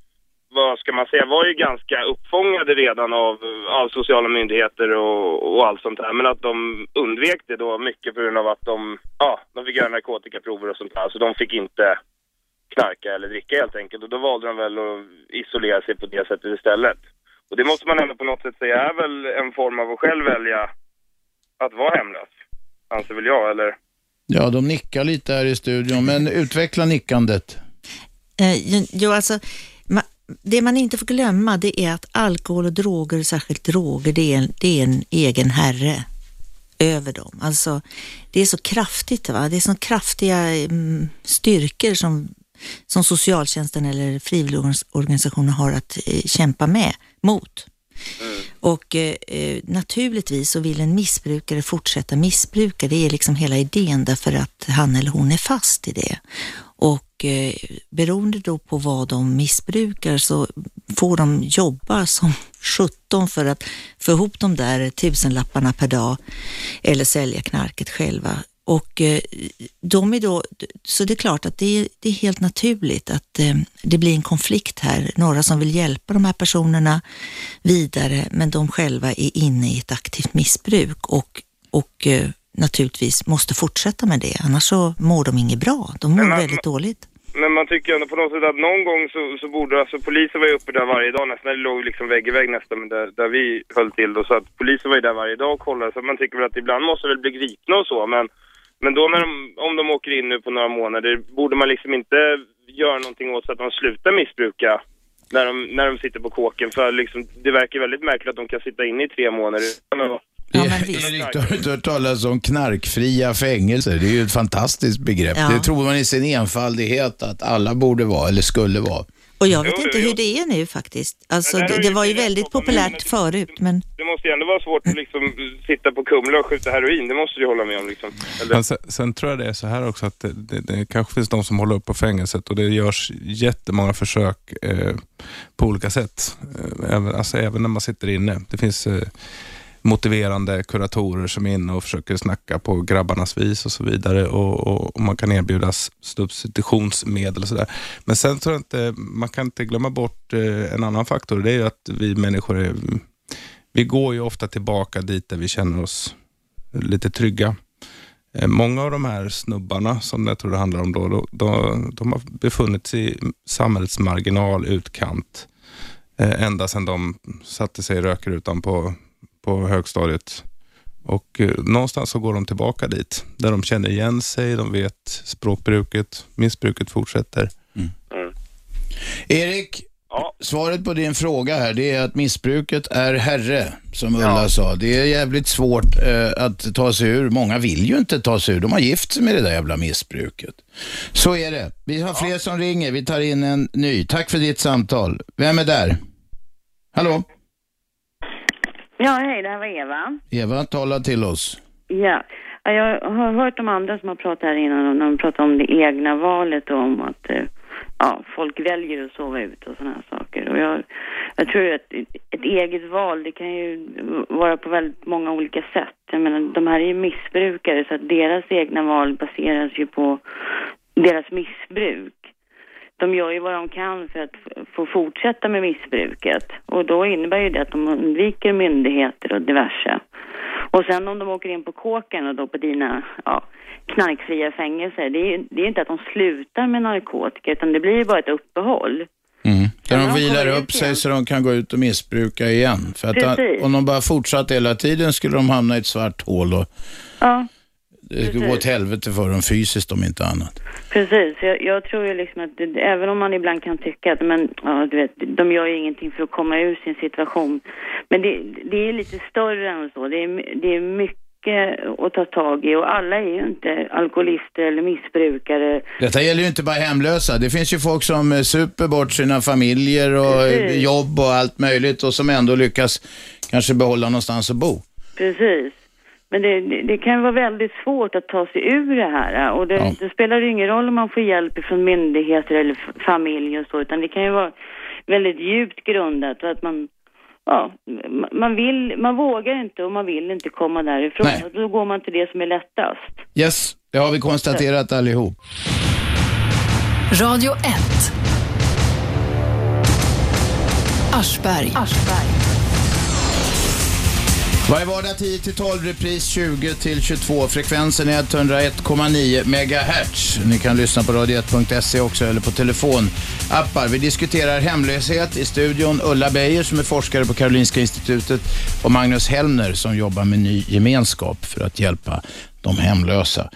vad ska man säga, var ju ganska uppfångade redan av, av sociala myndigheter och, och allt sånt här. Men att de undvek det då mycket på grund av att de, ja, de fick göra narkotikaprover och sånt här. Så de fick inte knarka eller dricka helt enkelt. Och då valde de väl att isolera sig på det sättet istället. Och det måste man ändå på något sätt säga är väl en form av att själv välja att vara hemlös. Anser väl jag, eller? Ja, de nickar lite här i studion, men utveckla nickandet. Eh, jo, alltså... Det man inte får glömma, det är att alkohol och droger, särskilt droger, det är en, det är en egen herre över dem. Alltså, det är så kraftigt, va? Det är så kraftiga mm, styrkor som, som socialtjänsten eller frivilligorganisationer har att eh, kämpa med, mot. Mm. Och eh, naturligtvis så vill en missbrukare fortsätta missbruka. Det är liksom hela idén, därför att han eller hon är fast i det. Och eh, beroende då på vad de missbrukar så får de jobba som sjutton för att få ihop de där tusenlapparna per dag eller sälja knarket själva. Och eh, de är då, så det är klart att det är, det är helt naturligt att eh, det blir en konflikt här. Några som vill hjälpa de här personerna vidare, men de själva är inne i ett aktivt missbruk och, och eh, naturligtvis måste fortsätta med det. Annars så mår de inget bra. De mår man, väldigt dåligt. Men man tycker ändå på något sätt att någon gång så, så borde, alltså polisen var ju uppe där varje dag nästan, det låg liksom vägg i vägg nästan där, där vi höll till då, så att polisen var ju där varje dag och kollade, så man tycker väl att ibland måste väl bli gripna och så, men, men då när de, om de åker in nu på några månader, borde man liksom inte göra någonting åt så att de slutar missbruka när de, när de sitter på kåken, för liksom, det verkar väldigt märkligt att de kan sitta inne i tre månader. Ja, men visst. Du har inte hört talas om knarkfria fängelser. Det är ju ett fantastiskt begrepp. Ja. Det tror man i sin enfaldighet att alla borde vara eller skulle vara. Och jag vet jo, inte jo. hur det är nu faktiskt. Alltså det, det var ju väldigt populärt förut, men... Det måste ju ändå vara svårt att liksom sitta på Kumla och skjuta heroin. Det måste du hålla med om liksom. Men sen, sen tror jag det är så här också att det, det, det kanske finns de som håller upp på fängelset och det görs jättemånga försök eh, på olika sätt. Eh, även, alltså även när man sitter inne. Det finns... Eh, motiverande kuratorer som är inne och försöker snacka på grabbarnas vis och så vidare, och, och, och man kan erbjudas substitutionsmedel och sådär. Men sen tror jag inte, man kan inte glömma bort eh, en annan faktor, det är ju att vi människor är, vi går ju ofta tillbaka dit där vi känner oss lite trygga. Eh, många av de här snubbarna som jag tror det handlar om då, då, då de har befunnit sig i samhällets marginal, utkant, eh, ända sedan de satte sig i rökrutan på på högstadiet, och eh, någonstans så går de tillbaka dit där de känner igen sig, de vet språkbruket, missbruket fortsätter. Mm. Mm. Erik, ja. Svaret på din fråga här, det är att missbruket är herre, som Ulla ja. sa. Det är jävligt svårt eh, att ta sig ur. Många vill ju inte ta sig ur. De har gift sig med det där jävla missbruket. Så är det. Vi har ja. fler som ringer. Vi tar in en ny. Tack för ditt samtal. Vem är där? Hallå? Ja, hej, det här var Eva. Eva, tala till oss. Ja, jag har hört de andra som har pratat här innan, när de pratar om det egna valet och om att eh, ja, folk väljer att sova ut och sådana här saker. Och jag, jag tror att ett eget val, det kan ju vara på väldigt många olika sätt. Jag menar, de här är ju missbrukare, så att deras egna val baseras ju på deras missbruk. De gör ju vad de kan för att få fortsätta med missbruket. Och då innebär ju det att de undviker myndigheter och diverse. Och sen om de åker in på kåken och då på dina ja, knarkfria fängelser, det är, det är inte att de slutar med narkotika, utan det blir ju bara ett uppehåll. Mm. Där de vilar upp sig så de kan gå ut och missbruka igen. För att om de bara fortsatt hela tiden skulle de hamna i ett svart hål och ja, det skulle gå åt helvete för dem fysiskt om inte annat. Precis, jag, jag tror ju liksom att det, även om man ibland kan tycka att men, ja, du vet, de gör ju ingenting för att komma ur sin situation. Men det, det är lite större än så. Det är, det är mycket att ta tag i och alla är ju inte alkoholister eller missbrukare. Detta gäller ju inte bara hemlösa. Det finns ju folk som super bort sina familjer och Precis. jobb och allt möjligt och som ändå lyckas kanske behålla någonstans att bo. Precis. Men det, det, det kan vara väldigt svårt att ta sig ur det här. Och det, ja. det spelar ju ingen roll om man får hjälp från myndigheter eller familj och så. Utan det kan ju vara väldigt djupt grundat. Och att man, ja, man, vill, man vågar inte och man vill inte komma därifrån. Och då går man till det som är lättast. Yes, det har vi konstaterat allihop. Radio ett. Aschberg. Aschberg. Varje vardag tio till tolv, repris tjugo till tjugotvå. Frekvensen är etthundraett komma nio megahertz. Ni kan lyssna på radio ett punkt se också eller på telefonappar. Vi diskuterar hemlöshet i studion. Ulla Beijer som är forskare på Karolinska institutet och Magnus Hellner som jobbar med ny gemenskap för att hjälpa de hemlösa.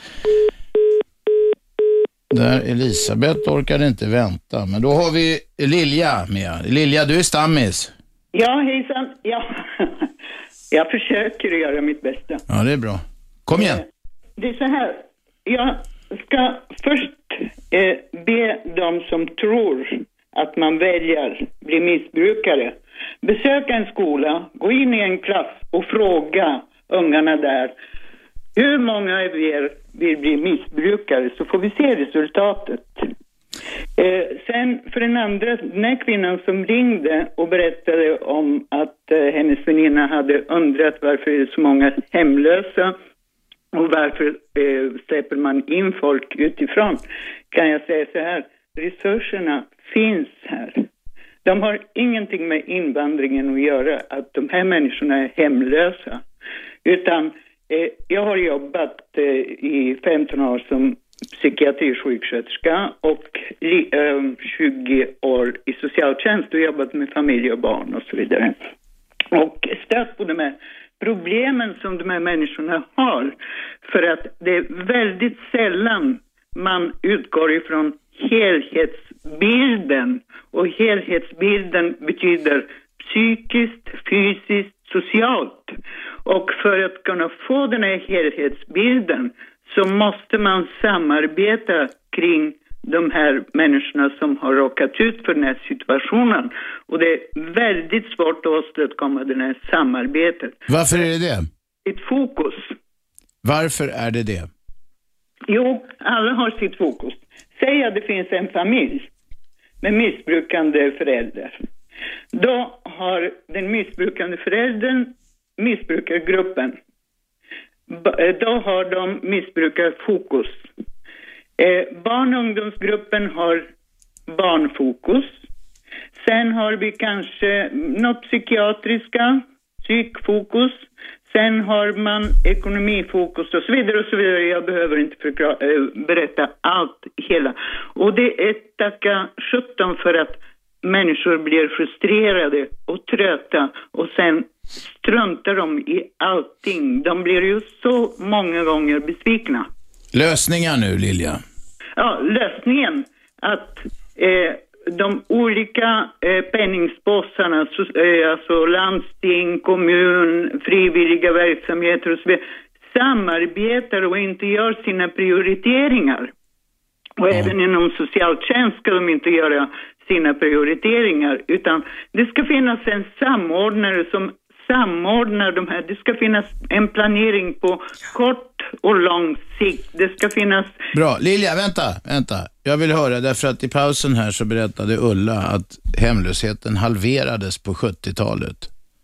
Där Elisabeth orkade inte vänta. Men då har vi Lilja med. Lilja, du är stammis. Ja, hejsan. Ja. Jag försöker göra mitt bästa. Ja, det är bra. Kom igen. Det är så här. Jag ska först eh, be de som tror att man väljer bli missbrukare. Besöka en skola, gå in i en klass och fråga ungarna där. Hur många av er vill bli missbrukare, så får vi se resultatet. Eh, sen för den andra, den här kvinnan som ringde och berättade om att eh, hennes väninna hade undrat varför det är så många hemlösa och varför eh, släpper man in folk utifrån, kan jag säga så här: resurserna finns här. De har ingenting med invandringen att göra, att de här människorna är hemlösa, utan eh, jag har jobbat eh, i femton år som psykiatrisjuksköterska och eh, tjugo år i socialtjänst och jobbat med familj och barn och så vidare. Och stött på de här problemen som de här människorna har, för att det är väldigt sällan man utgår ifrån helhetsbilden, och helhetsbilden betyder psykiskt, fysiskt, socialt. Och för att kunna få den här helhetsbilden så måste man samarbeta kring de här människorna som har råkat ut för den här situationen. Och det är väldigt svårt att åstadkomma det här samarbetet. Varför är det det? Ett fokus. Varför är det det? Jo, alla har sitt fokus. Säg att det finns en familj med missbrukande föräldrar. Då har den missbrukande föräldern missbrukargruppen. Då har de missbrukarfokus. Eh, barn- och ungdomsgruppen har barnfokus. Sen har vi kanske något psykiatriska, psykfokus. Sen har man ekonomifokus och så vidare och så vidare. Jag behöver inte förklara, äh, berätta allt hela. Och det är tacka sjutton för att människor blir frustrerade och trötta och sen struntar de i allting. De blir ju så många gånger besvikna. Lösningar nu, Lilja? Ja, lösningen att eh, de olika eh, penningspåsarna, så, eh, alltså landsting, kommun, frivilliga verksamheter och så vidare, samarbetar och inte gör sina prioriteringar. Och ja. Även inom socialtjänst ska de inte göra sina prioriteringar, utan det ska finnas en samordnare som samordna de här. Det ska finnas en planering på kort och lång sikt. Det ska finnas... Bra. Lilja, vänta, vänta. Jag vill höra, därför att i pausen här så berättade Ulla att hemlösheten halverades på sjuttiotalet.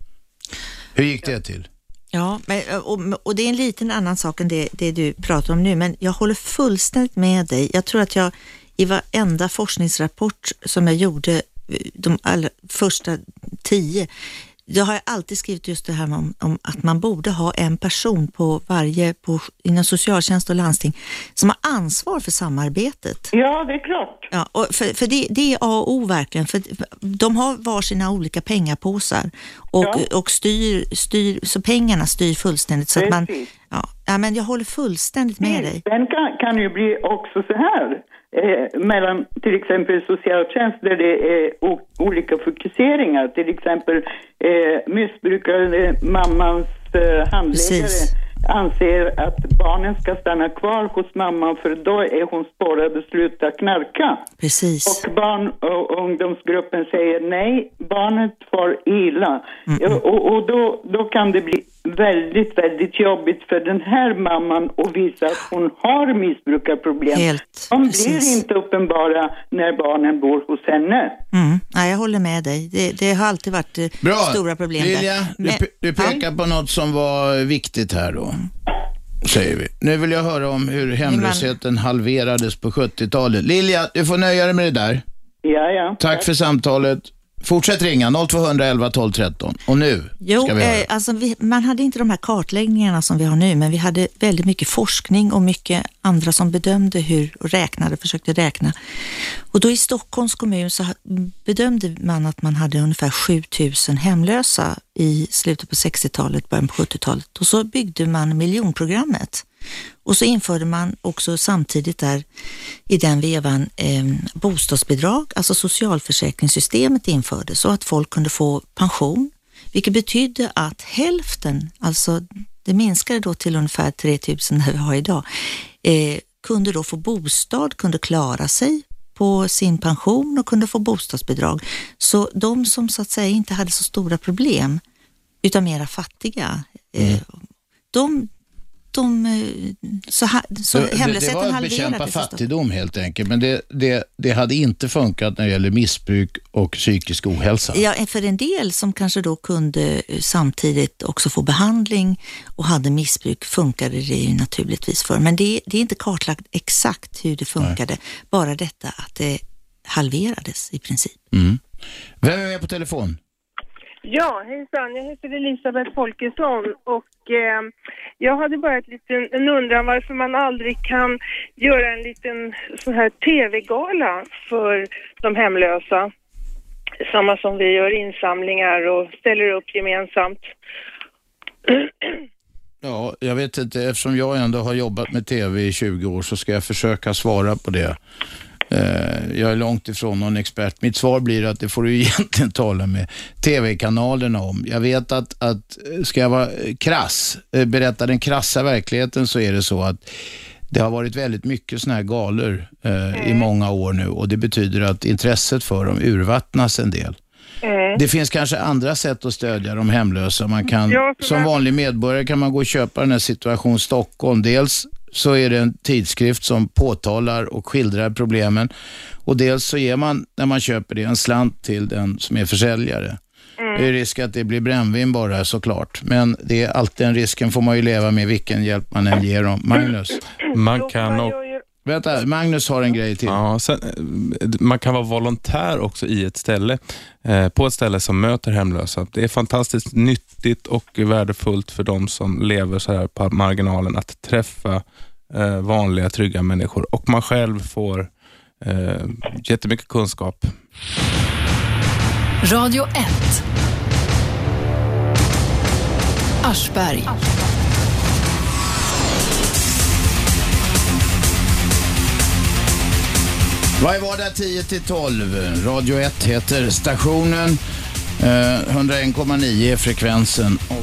Hur gick det till? Ja, men, och, och det är en liten annan sak än det, det du pratar om nu, men jag håller fullständigt med dig. Jag tror att jag i varenda forskningsrapport som jag gjorde de allra första tio, då har jag alltid skrivit just det här om, om att man borde ha en person på varje, på, inom socialtjänst och landsting som har ansvar för samarbetet. Ja, det är klart. Ja, och för, för det, det är A och O verkligen, för de har var sina olika pengapåsar och, ja. och styr, styr, så pengarna styr fullständigt. Så att man, ja, ja, men jag håller fullständigt med dig. Den kan, kan ju bli också så här. Eh, mellan till exempel socialtjänst där det är o- olika fokuseringar, till exempel eh, missbrukare, mammans eh, handläggare Precis. anser att barnen ska stanna kvar hos mamman för då är hon spårad att sluta knarka. Precis. Och barn- och ungdomsgruppen säger nej, barnet får illa. Mm-mm. Och, och då, då kan det bli väldigt, väldigt jobbigt för den här mamman att visa att hon har missbrukarproblem. Helt, De precis. blir inte uppenbara när barnen bor hos henne. Mm. Ja, jag håller med dig. Det, det har alltid varit Bra. stora problem Lilja, där. du, du pekar på något som var viktigt här då, säger vi. Nu vill jag höra om hur hemlösheten halverades på sjuttiotalet. Lilja, du får nöja dig med det där. Ja, ja. Tack för samtalet. Fortsätt ringa noll två elva tolv tretton. Och nu jo, ska vi höra. Eh, alltså vi, man hade inte de här kartläggningarna som vi har nu, men vi hade väldigt mycket forskning och mycket andra som bedömde hur och räknade, försökte räkna. Och då i Stockholms kommun så bedömde man att man hade ungefär sju tusen hemlösa i slutet på sextiotalet, början på sjuttiotalet. Och så byggde man miljonprogrammet. Och så införde man också samtidigt där i den vevan eh, bostadsbidrag, alltså socialförsäkringssystemet infördes så att folk kunde få pension, vilket betydde att hälften, alltså det minskade då till ungefär tre tusen där vi har idag, eh, kunde då få bostad, kunde klara sig på sin pension och kunde få bostadsbidrag. Så de som så att säga inte hade så stora problem utan mera fattiga, eh, mm. de De, så, så det, det var att bekämpa fattigdom helt enkelt, men det, det, det hade inte funkat när det gäller missbruk och psykisk ohälsa. Ja, för en del som kanske då kunde samtidigt också få behandling och hade missbruk funkade det ju naturligtvis för. Men det, det är inte kartlagt exakt hur det funkade, Nej. bara detta att det halverades i princip. Mm. Vem är med på telefon? Ja, hejsan. Jag heter Elisabeth Folkesson och eh, jag hade bara ett liten, en undran varför man aldrig kan göra en liten sån här tv-gala för de hemlösa. Samma som vi gör insamlingar och ställer upp gemensamt. Ja, jag vet inte. Eftersom jag ändå har jobbat med tv i tjugo år så ska jag försöka svara på det. Jag är långt ifrån någon expert. Mitt svar blir att det får du egentligen tala med tv-kanalerna om. Jag vet att, att ska jag vara krass, berätta den krassa verkligheten, så är det så att det har varit väldigt mycket såna här galor eh, mm. i många år nu, och det betyder att intresset för dem urvattnas en del. Mm. Det finns kanske andra sätt att stödja de hemlösa. Man kan, ja, som vanlig medborgare kan man gå och köpa den här Situation Stockholm. Dels så är det en tidskrift som påtalar och skildrar problemen, och dels så ger man, när man köper det, en slant till den som är försäljare. Mm. Det är risk att det blir brännvin bara, såklart, men det är alltid en risken, får man ju leva med vilken hjälp man än ger dem. Magnus? Man kan och... Vänta, Magnus har en grej till. Ja, sen, man kan vara volontär också i ett ställe, eh, på ett ställe som möter hemlösa. Det är fantastiskt nyttigt och värdefullt för de som lever så här på marginalen att träffa eh, vanliga, trygga människor. Och man själv får eh, jättemycket kunskap. Radio ett. Aschberg. Varje vardag tio till tolv. Radio ett heter stationen. Eh, hundraen komma nio är frekvensen. Och...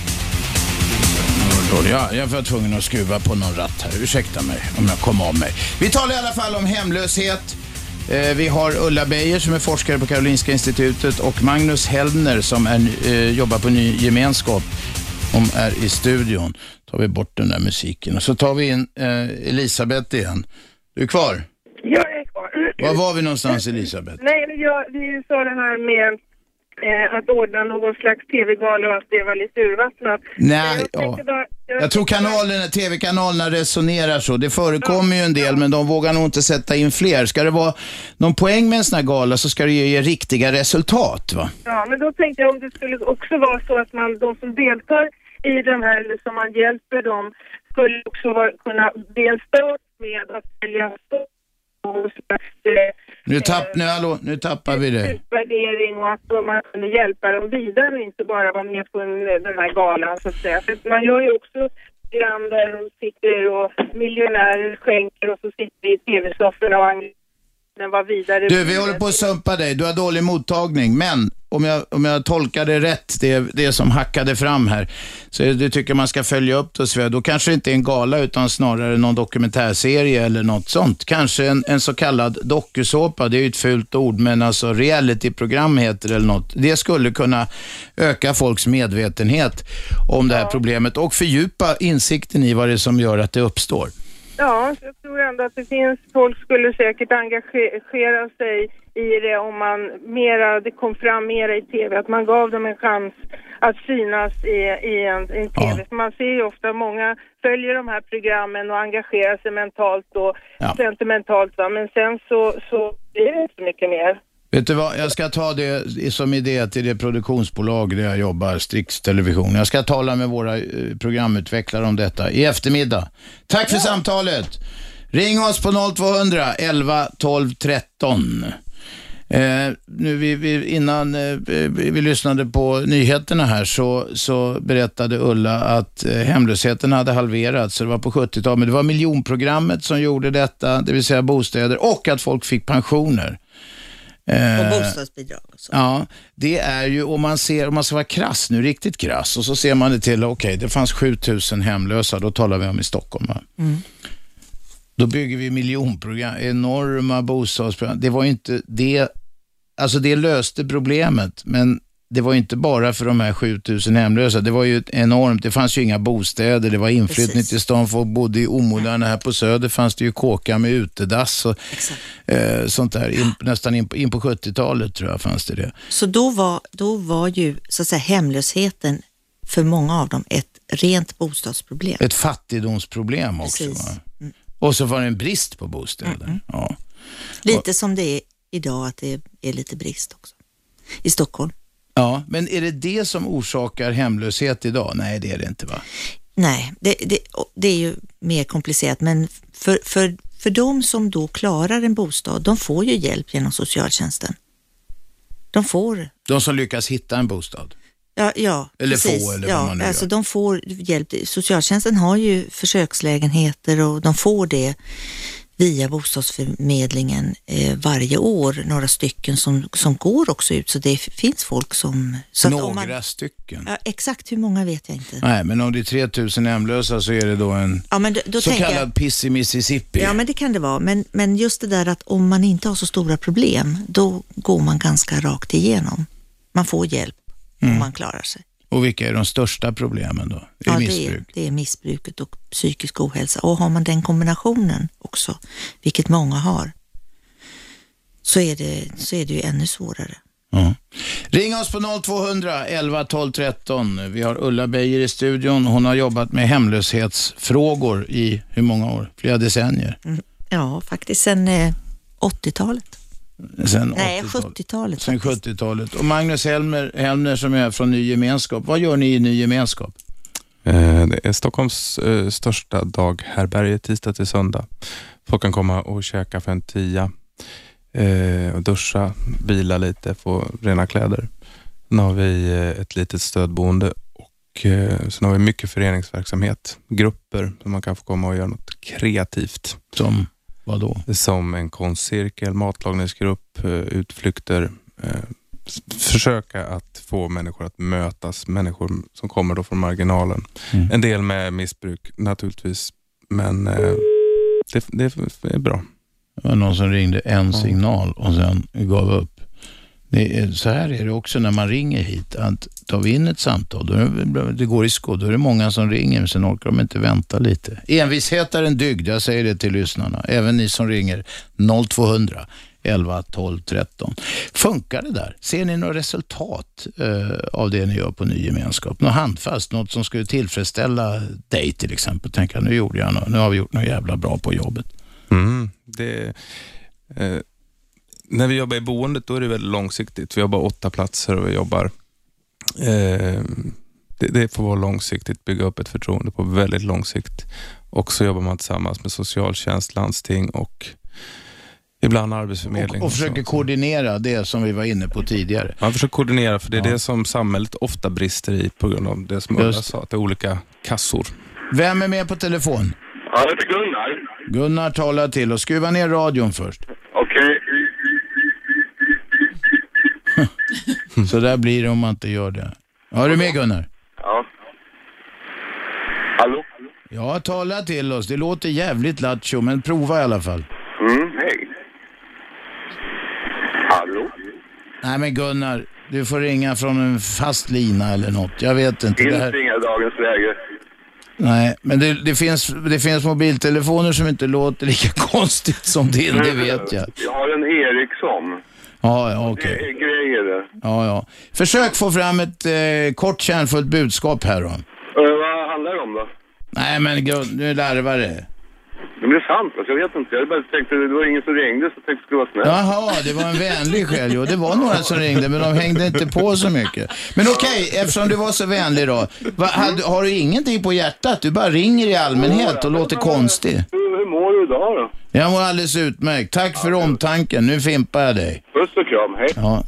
Ja, jag var tvungen att skruva på någon ratt här. Ursäkta mig om jag kom av mig. Vi talar i alla fall om hemlöshet. Eh, vi har Ulla Beijer som är forskare på Karolinska institutet och Magnus Hellner som är, eh, jobbar på Ny Gemenskap. De är i studion. Tar vi bort den där musiken. Och så tar vi in eh, Elisabeth igen. Du är kvar? Jag är kvar. Var var vi någonstans, Elisabeth? Nej, men jag, vi sa det här med eh, att ordna någon slags tv-gala och att det var lite urvattnat. Nej, jag, ja. bara, jag, jag tror kanalerna, tv-kanalerna resonerar så. Det förekommer ju en del, men de vågar nog inte sätta in fler. Ska det vara någon poäng med en sån här gala så ska det ju ge riktiga resultat, va? Ja, men då tänkte jag om det skulle också vara så att man, de som deltar i den här, eller som man hjälper dem, skulle också vara, kunna bli en start med att välja och slags, eh, Nu, tapp, nu, hallå, nu tappar vi det. Utvärdering och att man kunde hjälpa dem vidare och inte bara vara med på en, den här galan så att säga. För man gör ju också program där de sitter och miljonärer skänker och så sitter vi i tv-sofforna och den var vidare. Du, vi håller på att sumpa dig. Du har dålig mottagning. Men om jag, om jag tolkar det rätt, det, det som hackade fram här, så du tycker man ska följa upp det, så då kanske det inte är en gala utan snarare någon dokumentärserie eller något sånt. Kanske en, en så kallad dokusåpa, det är ju ett fult ord, men alltså realityprogram heter det eller något. Det skulle kunna öka folks medvetenhet om det här problemet och fördjupa insikten i vad det är som gör att det uppstår. Ja, jag tror ändå att det finns, folk skulle säkert engagera sig i det om man mera, det kom fram mera i tv, att man gav dem en chans att synas i, i en, i en tv. Ja. Man ser ju ofta, många följer de här programmen och engagerar sig mentalt och ja. sentimentalt, va? Men sen så, så blir det inte så mycket mer. Vet du vad, jag ska ta det som idé till det produktionsbolag där jag jobbar, Strix Television. Jag ska tala med våra programutvecklare om detta i eftermiddag. Tack för ja. samtalet. Ring oss på noll tvåhundra elva tolv tretton. Eh, nu vi, vi, innan eh, vi, vi lyssnade på nyheterna här så, så berättade Ulla att eh, hemlösheten hade halverats. Så det var på sjuttiotalet, men det var miljonprogrammet som gjorde detta, det vill säga bostäder, och att folk fick pensioner. Och bostadsbidrag och så. Ja, det är ju, om man ser, om man ska vara krass nu, riktigt krass, och så ser man det till, okej, okay, det fanns sjutusen hemlösa, då talar vi om i Stockholm. Mm. Då bygger vi miljonprogram, enorma bostadsprogram. Det var ju inte det, alltså det löste problemet, men det var ju inte bara för de här sjutusen hemlösa. Det var ju enormt. Det fanns ju inga bostäder. Det var inflyttning till stan. Folk bodde i omoderna. Här på Söder fanns det ju kåkar med utedass och eh, sånt där. In, nästan in på, in på sjuttiotalet tror jag fanns det det. Så då var, då var ju så att säga hemlösheten för många av dem ett rent bostadsproblem. Ett fattigdomsproblem också. Mm. Och så var det en brist på bostäder. Mm. Ja. Lite och, som det är idag, att det är lite brist också. I Stockholm. Ja, men är det det som orsakar hemlöshet idag? Nej, det är det inte, va? Nej, det, det, det är ju mer komplicerat, men för, för, för de som då klarar en bostad, de får ju hjälp genom socialtjänsten. De får... De som lyckas hitta en bostad? Ja, ja eller precis. få, eller ja, vad man nu alltså gör. De får hjälp. Socialtjänsten har ju försökslägenheter och de får det via bostadsförmedlingen eh, varje år, några stycken som, som går också ut, så det finns folk som... Så några om man, stycken? Ja, exakt hur många vet jag inte. Nej, men om det är tre tusen hemlösa så är det då en ja, men då, då så kallad jag, piss i Mississippi. Ja, men det kan det vara. Men, men just det där att om man inte har så stora problem, då går man ganska rakt igenom. Man får hjälp mm. och man klarar sig. Och vilka är de största problemen då? Är ja, det, missbruk? Det, är, det är missbruket och psykisk ohälsa. Och har man den kombinationen också, vilket många har, så är det, så är det ju ännu svårare. Ja. Ring oss på noll tvåhundra elva tolv tretton. Vi har Ulla Beijer i studion. Hon har jobbat med hemlöshetsfrågor i hur många år? Flera decennier. Mm. Ja, faktiskt sedan eh, åttiotalet. Sen Nej, sjuttiotalet. Sen sjuttiotalet. Och Magnus Hellner, Hellner som är från Ny Gemenskap. Vad gör ni i Ny Gemenskap? Eh, det är Stockholms eh, största daghärbärge tisdag till söndag. Folk kan komma och käka för en tia. Eh, och duscha, vila lite, få rena kläder. Sen har vi eh, ett litet stödboende och eh, sen har vi mycket föreningsverksamhet. Grupper som man kan få komma och göra något kreativt. Som? Vad då? Som en konstcirkel, matlagningsgrupp, utflykter. Försöka att få människor att mötas. Människor som kommer då från marginalen. Mm. En del med missbruk naturligtvis. Men det, det är bra. Det var någon som ringde en signal och sen gav upp. Det är, så här är det också när man ringer hit. Att tar vi in ett samtal, då är det, det går i skåd, då är det många som ringer, men sen orkar de inte vänta lite. Envishet är en dygd, jag säger det till lyssnarna. Även ni som ringer noll tvåhundra elva tolv tretton. Funkar det där? Ser ni några resultat eh, av det ni gör på Ny Gemenskap? Något handfast, något som skulle tillfredsställa dig till exempel. Tänka, nu gjorde jag något, nu har vi gjort något jävla bra på jobbet. Mm, det eh, när vi jobbar i boendet, då är det väldigt långsiktigt. Vi har bara åtta platser och vi jobbar eh, det, det får vara långsiktigt, bygga upp ett förtroende på väldigt lång sikt. Och så jobbar man tillsammans med socialtjänst, landsting och ibland arbetsförmedling. Och, och försöker koordinera det som vi var inne på tidigare. Man försöker koordinera, för det är ja. det som samhället ofta brister i på grund av det som Ulla sa, att det är olika kassor. Vem är med på telefon? Ja, det är Gunnar. Gunnar talar till och skruva ner radion först. Okej. Okay. Så där blir det om man inte gör det. Ja, är du med Gunnar? Ja. Hallå? Ja, tala till oss. Det låter jävligt lattjo, men prova i alla fall. Mm, hej. Hallå? Nej men Gunnar, du får ringa från en fast lina eller något. Jag vet inte. Finns det här... inga dagens läge. Nej, men det, det, finns, det finns mobiltelefoner som inte låter lika konstigt som din, det vet jag. Jag har en Ericsson. Ja, ja, okej. Det är grejer det. Ja, ja. Försök få fram ett eh, kort kärnfullt budskap här då. Uh, vad handlar det om då? Nej men Gun, nu larvar det. Det blir sant, alltså, jag vet inte. Jag bara tänkte, det var ingen som ringde så jag tänkte det skulle vara snällt. Jaha, det var en vänlig själ. Jo, det var några som ringde, men de hängde inte på så mycket. Men okej, okay, eftersom du var så vänlig då. Va, har, har du ingenting på hjärtat? Du bara ringer i allmänhet och låter konstig. Hur, hur mår du idag då? Jag mår alldeles utmärkt. Tack för omtanken. Nu fimpar jag dig. Puss och kram, hej. Ja,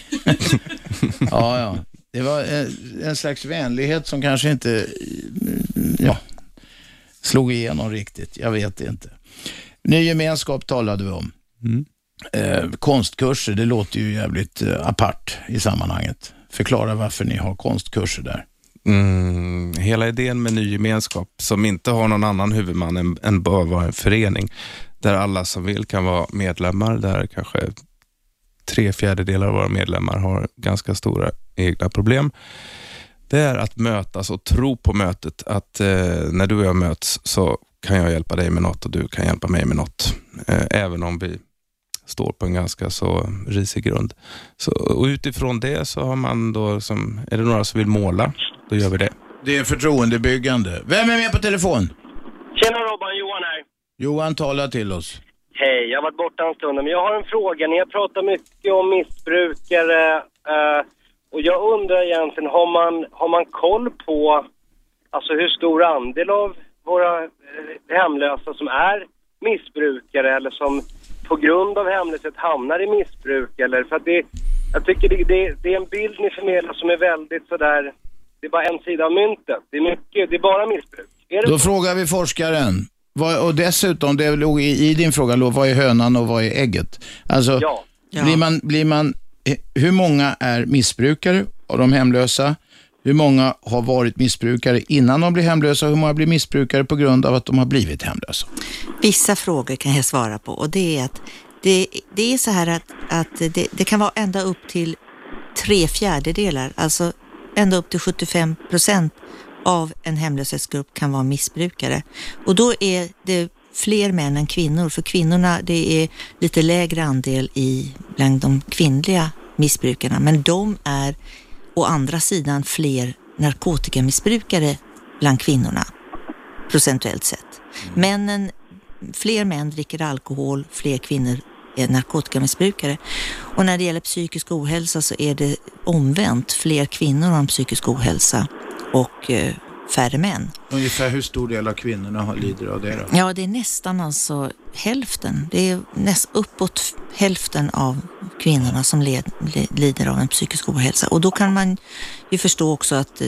ja, ja. Det var en, en slags vänlighet som kanske inte... Ja... slog igenom riktigt, jag vet inte. Ny Gemenskap talade vi om. Mm. Eh, konstkurser, det låter ju jävligt eh, apart i sammanhanget. Förklara varför ni har konstkurser där. Mm, hela idén med Ny Gemenskap, som inte har någon annan huvudman än, än bara vara en förening, där alla som vill kan vara medlemmar, där kanske tre fjärdedelar av våra medlemmar har ganska stora egna problem. Det är att mötas och tro på mötet, att eh, när du och jag möts så kan jag hjälpa dig med något och du kan hjälpa mig med något. Eh, även om vi står på en ganska så risig grund. Så, och utifrån det så har man då, som, är det några som vill måla, då gör vi det. Det är förtroendebyggande. Vem är med på telefon? Tjena Robban, Johan här. Johan, talar till oss. Hej, jag har varit borta en stund, men jag har en fråga. Ni har pratat mycket om missbrukare... Eh, Och jag undrar egentligen, har man, har man koll på alltså hur stor andel av våra hemlösa som är missbrukare eller som på grund av hemlöshet hamnar i missbruk? Eller, för att det, jag tycker det, det, det är en bild ni förmedlar som är väldigt sådär, det är bara en sida av myntet. Det är mycket, det är bara missbruk. Är det Då så? Frågar vi forskaren. Vad, och dessutom, det låg i, i din fråga, vad är hönan och vad är ägget? Alltså, ja. blir man... Blir man hur många är missbrukare av de hemlösa? Hur många har varit missbrukare innan de blir hemlösa? Hur många blir missbrukare på grund av att de har blivit hemlösa? Vissa frågor kan jag svara på, och det är att det, det är så här att, att det, det kan vara ända upp till tre fjärdedelar, alltså ända upp till sjuttiofem procent av en hemlöshetsgrupp kan vara missbrukare. Och då är det fler män än kvinnor, för kvinnorna, det är lite lägre andel i bland de kvinnliga missbrukarna, men de är å andra sidan fler narkotikamissbrukare bland kvinnorna procentuellt sett. Männen, fler män dricker alkohol, fler kvinnor är narkotikamissbrukare. Och när det gäller psykisk ohälsa så är det omvänt, fler kvinnor har psykisk ohälsa och eh, färre män. Ungefär hur stor del av kvinnorna har lider av det då? Ja, det är nästan alltså hälften. Det är näst uppåt hälften av kvinnorna som led, lider av en psykisk ohälsa. Och då kan man ju förstå också att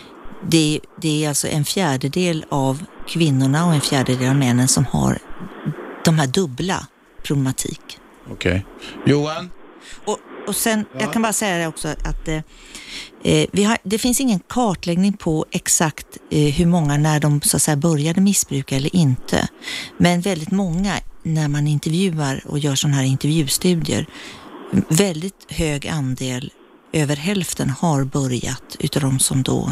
det, det är alltså en fjärdedel av kvinnorna och en fjärdedel av männen som har de här dubbla problematik. Okej. Okay. Johan? Och och sen, ja. jag kan bara säga det också att eh, vi har, det finns ingen kartläggning på exakt eh, hur många när de så att säga började missbruka eller inte. Men väldigt många när man intervjuar och gör sådana här intervjustudier, väldigt hög andel, över hälften har börjat utav de som då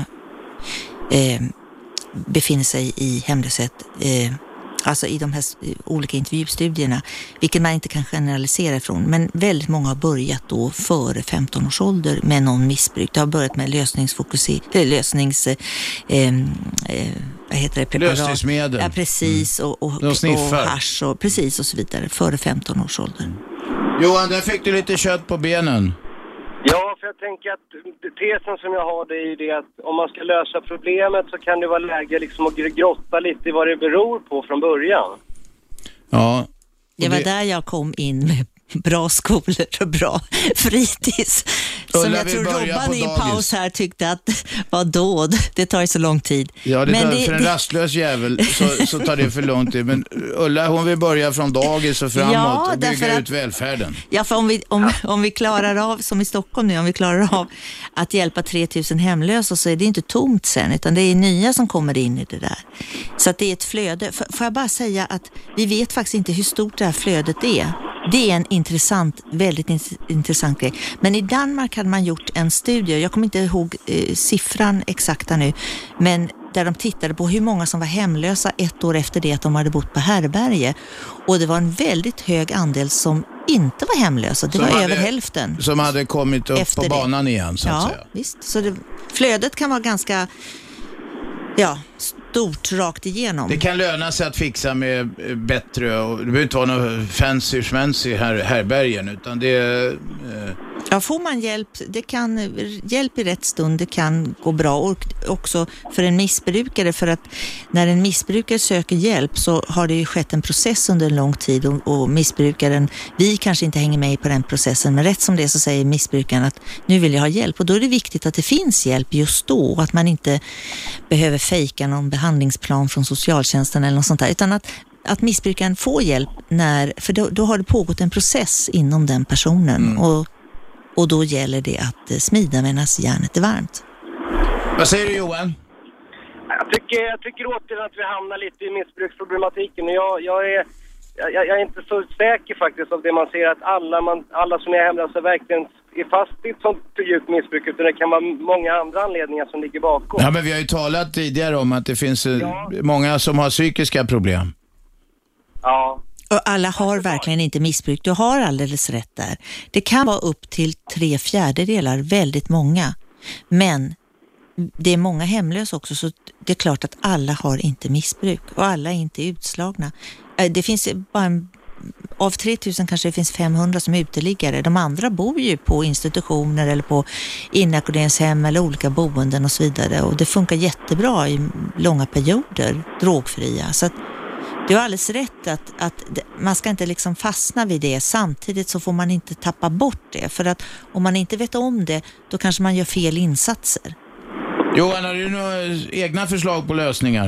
eh, befinner sig i hemlöshet, eh, alltså i de här olika intervjustudierna, vilket man inte kan generalisera ifrån, men väldigt många har börjat då före femton års ålder med någon missbruk. Det har börjat med lösningsfokuser, lösnings eh, eh, vad heter det, preparat. Lösningsmedel. Ja, precis, mm. och, och, och hasch och precis och så vidare, före femton års ålder. Johan, där fick du lite kött på benen. Ja, för jag tänker att tesen som jag har, det är ju det att om man ska lösa problemet så kan det vara läge liksom att grotta lite i vad det beror på från början. Ja. Det var det... där jag kom in med bra skolor och bra fritids. Ulla, som jag tror Robban i en paus här tyckte att var dåd. Det tar ju så lång tid. Ja, det men tar, det, för en det... rastlös jävel så, så tar det för lång tid. Men Ulla, hon vill börja från dagis och framåt ja, och bygga ut välfärden. Ja, för om vi, om, om vi klarar av, som i Stockholm nu, om vi klarar av att hjälpa tre tusen hemlösa så är det inte tomt sen, utan det är nya som kommer in i det där. Så att det är ett flöde. För, får jag bara säga att vi vet faktiskt inte hur stort det här flödet är. Det är en intressant, väldigt int- intressant grej. Men i Danmark hade man gjort en studie, jag kommer inte ihåg eh, siffran exakta nu, men där de tittade på hur många som var hemlösa ett år efter det att de hade bott på härberge. Och det var en väldigt hög andel som inte var hemlösa. Det som var hade, över hälften. Som hade kommit upp efter på banan det. igen, så att ja, säga. Ja, visst. Så det, flödet kan vara ganska... Ja, stort rakt igenom. Det kan löna sig att fixa med bättre, och det behöver inte vara någon fancy schmancy här, härbergen, utan det är... Eh... Ja, får man hjälp, det kan, hjälp i rätt stund, det kan gå bra. Och också för en missbrukare, för att när en missbrukare söker hjälp så har det ju skett en process under en lång tid och, och missbrukaren, vi kanske inte hänger med på den processen, men rätt som det så säger missbrukaren att nu vill jag ha hjälp, och då är det viktigt att det finns hjälp just då och att man inte behöver fejka någon behandlingsplan från socialtjänsten eller något sånt där, utan att att missbrukaren får hjälp när, för då, då har det pågått en process inom den personen mm. och Och då gäller det att smida medan järnet är varmt. Vad säger du, Johan? Jag tycker, jag tycker återigen att vi hamnar lite i missbruksproblematiken. Jag, jag, är, jag, jag är inte så säker faktiskt av det man ser att alla, man, alla som är hemlösa verkligen är fast i ett sånt djupt missbruk, utan det kan vara många andra anledningar som ligger bakom. Ja, men vi har ju talat tidigare om att det finns ja. många som har psykiska problem. Ja. Och alla har verkligen inte missbruk. Du har alldeles rätt där. Det kan vara upp till tre fjärdedelar, väldigt många. Men det är många hemlösa också, så det är klart att alla har inte missbruk. Och alla är inte utslagna. Det finns bara en, av tre tusen kanske det finns femhundra som är uteliggare. De andra bor ju på institutioner eller på inackorderingshem eller olika boenden och så vidare. Och det funkar jättebra i långa perioder, drogfria. Så att du har alldeles rätt att, att man ska inte liksom fastna vid det. Samtidigt så får man inte tappa bort det. För att om man inte vet om det, då kanske man gör fel insatser. Johan, har du några egna förslag på lösningar?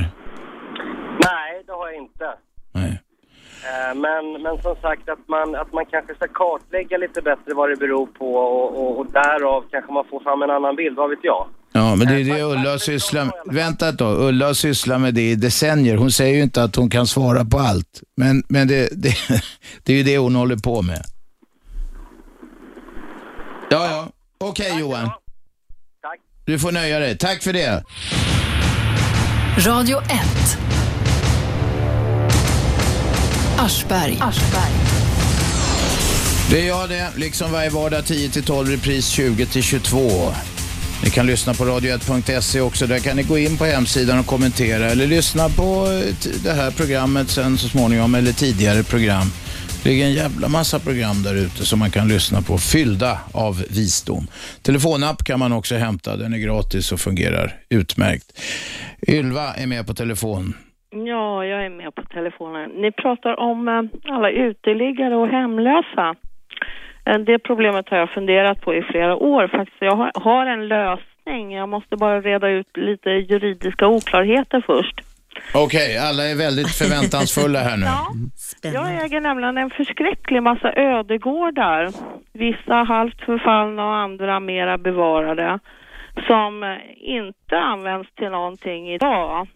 Nej, det har jag inte. Nej. Men, men som sagt att man, att man kanske ska kartlägga lite bättre vad det beror på och, och, och därav kanske man får fram en annan bild, vad vet jag. Ja, men det är det Ulla sysslar med. Vänta då, Ulla sysslar med det i decennier. Hon säger ju inte att hon kan svara på allt. Men, men det, det, det är ju det hon håller på med. Ja, ja. Okej, okay, Johan. Tack. Du får nöja dig. Tack för det. Radio ett. Aschberg. Aschberg. Det är jag det, liksom varje vardag tio till tolv, repris tjugo till tjugotvå. Ni kan lyssna på radio ett punkt se också. Där kan ni gå in på hemsidan och kommentera eller lyssna på det här programmet sen så småningom eller tidigare program. Det är en jävla massa program där ute som man kan lyssna på, fyllda av visdom. Telefonapp kan man också hämta, den är gratis och fungerar utmärkt. Ylva är med på telefon. Ja, jag är med på telefonen. Ni pratar om alla uteliggare och hemlösa. Det problemet har jag funderat på i flera år faktiskt. Jag har en lösning. Jag måste bara reda ut lite juridiska oklarheter först. Okej, okay, alla är väldigt förväntansfulla här nu. Ja, jag äger nämligen en förskräcklig massa ödegårdar. Vissa halvt förfallna och andra mera bevarade. Som inte används till någonting idag.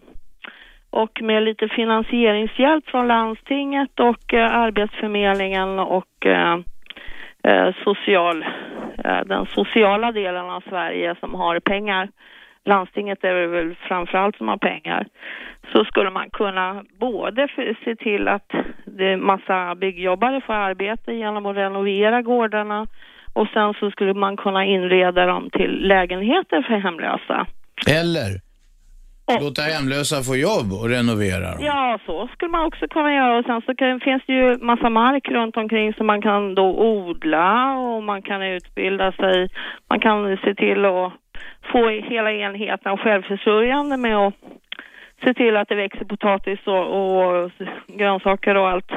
Och med lite finansieringshjälp från landstinget och eh, arbetsförmedlingen och eh, eh, social, eh, den sociala delen av Sverige som har pengar. Landstinget är det väl framförallt som har pengar. Så skulle man kunna både se till att det massa byggjobbare får arbete genom att renovera gårdarna. Och sen så skulle man kunna inreda dem till lägenheter för hemlösa. Eller låta hemlösa få jobb och renovera dem. Ja, så skulle man också kunna göra. Och sen så kan, finns det ju massa mark runt omkring som man kan då odla och man kan utbilda sig. Man kan se till att få hela enheten självförsörjande med att se till att det växer potatis och, och grönsaker och allt.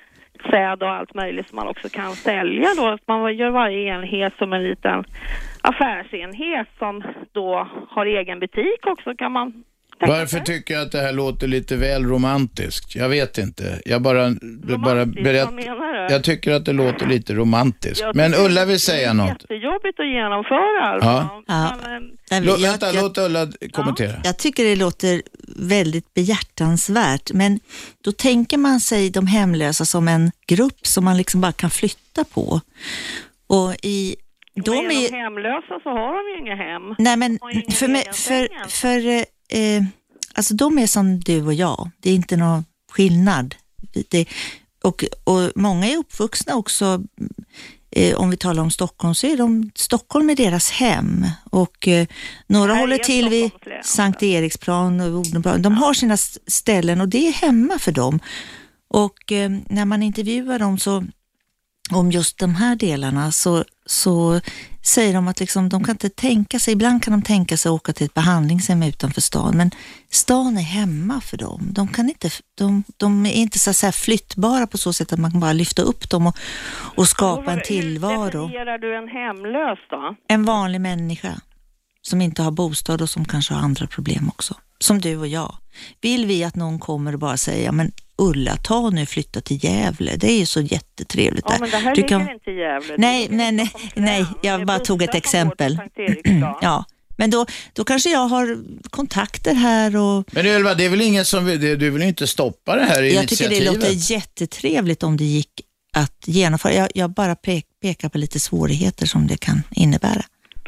Säd och allt möjligt som man också kan sälja då. Att man gör varje enhet som en liten affärsenhet som då har egen butik också kan man. Varför tycker jag att det här låter lite väl romantiskt? Jag vet inte. Jag bara, bara berätt... Jag tycker att det låter lite romantiskt. Men Ulla vill säga något. Det är jättejobbigt att genomföra. Alltså. Ja. Ja. Men, låt, vänta, jag, låt Ulla kommentera. Ja. Jag tycker det låter väldigt behjärtansvärt. Men då tänker man sig de hemlösa som en grupp som man liksom bara kan flytta på. Och i... De är de hemlösa så har de ju inga hem. Nej, men för, mig, för, för eh, alltså de är som du och jag. Det är inte någon skillnad. Det, och, och många är uppvuxna också. Eh, om vi talar om Stockholm så är de Stockholm är deras hem. Och eh, några håller till vid Sankt Eriksplan och Odenplan. De har sina ställen och det är hemma för dem. Och eh, när man intervjuar dem så om just de här delarna så, så säger de att liksom, de kan inte tänka sig, ibland kan de tänka sig att åka till ett behandlingshem utanför stan, men stan är hemma för dem. De, kan inte, de, de är inte så, så här flyttbara på så sätt att man kan bara lyfta upp dem och, och skapa en tillvaro. Hur definierar du en hemlös då? En vanlig människa som inte har bostad och som kanske har andra problem också. Som du och jag. Vill vi att någon kommer och bara säger, ja men Ulla, ta nu flytta till Gävle. Det är ju så jättetrevligt där. Ja, men det här du ligger kan... inte i Gävle. Nej, nej, nej, nej. Jag bara tog ett exempel. Ja, men då, då kanske jag har kontakter här och... Men Ylva, det är väl ingen som vill, du vill inte stoppa det här jag initiativet? Jag tycker det låter jättetrevligt om det gick att genomföra. Jag, jag bara pe- pekar på lite svårigheter som det kan innebära.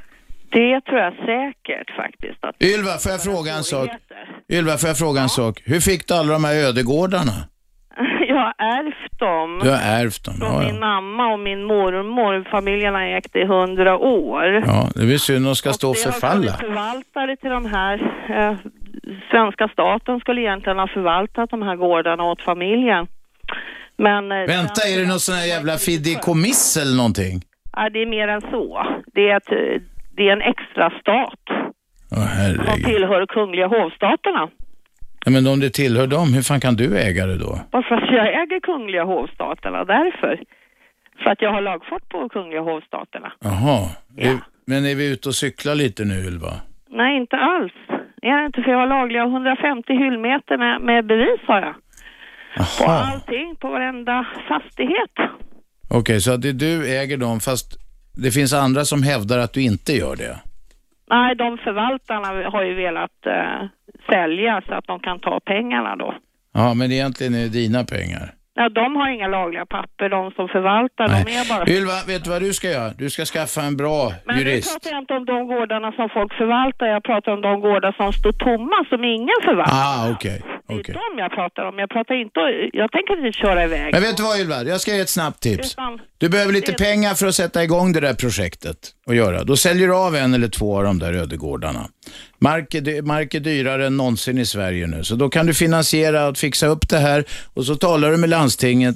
Det tror jag säkert faktiskt. Att Ylva, får jag fråga en sak? Ylva, får jag fråga en sak? Hur fick du alla de här ödegårdarna? Jag har ärvt dem. Du har ärvt dem, Från ja, ja. min mamma och min mormor. Familjen har ägt i hundra år. Ja, det är synd att de ska stå och förfalla. Och förvaltare till de här. Eh, svenska staten skulle egentligen ha förvaltat de här gårdarna åt familjen. Men... Eh, Vänta, är det någon sån här jävla fideikommiss eller någonting? Ja, det är mer än så. Det är ett... Det är en extra stat oh, som tillhör kungliga hovstaterna. Ja, men om det tillhör dem, hur fan kan du äga det då? Varför att jag äger kungliga hovstaterna, därför. För att jag har lagfart på kungliga hovstaterna. Jaha, ja. Men är vi ute och cyklar lite nu, Ylva? Nej, inte alls. Jag är inte, för jag har lagliga hundrafemtio hyllmeter med, med bevis har jag. Aha. På allting, på varenda fastighet. Okej, okay, så att det du äger dem, fast... Det finns andra som hävdar att du inte gör det. Nej, de förvaltarna har ju velat uh, sälja så att de kan ta pengarna då. Ja, men egentligen är det dina pengar. Ja, de har inga lagliga papper, de som förvaltar. De är bara... Ylva, vet du vad du ska göra? Du ska skaffa en bra men jurist. Men jag pratar inte om de gårdarna som folk förvaltar. Jag pratar om de gårdar som står tomma, som ingen förvaltar. Ah, okej. Okay. Okay. Det är de jag pratar om. Jag pratar inte... Jag tänker inte köra iväg. Men vet du vad, Ylva? Jag ska ge ett snabbt tips. Du behöver lite pengar för att sätta igång det där projektet och göra. Då säljer du av en eller två av de där ödegårdarna. Mark är, mark är dyrare än någonsin i Sverige nu. Så då kan du finansiera och fixa upp det här. Och så talar du med landstinget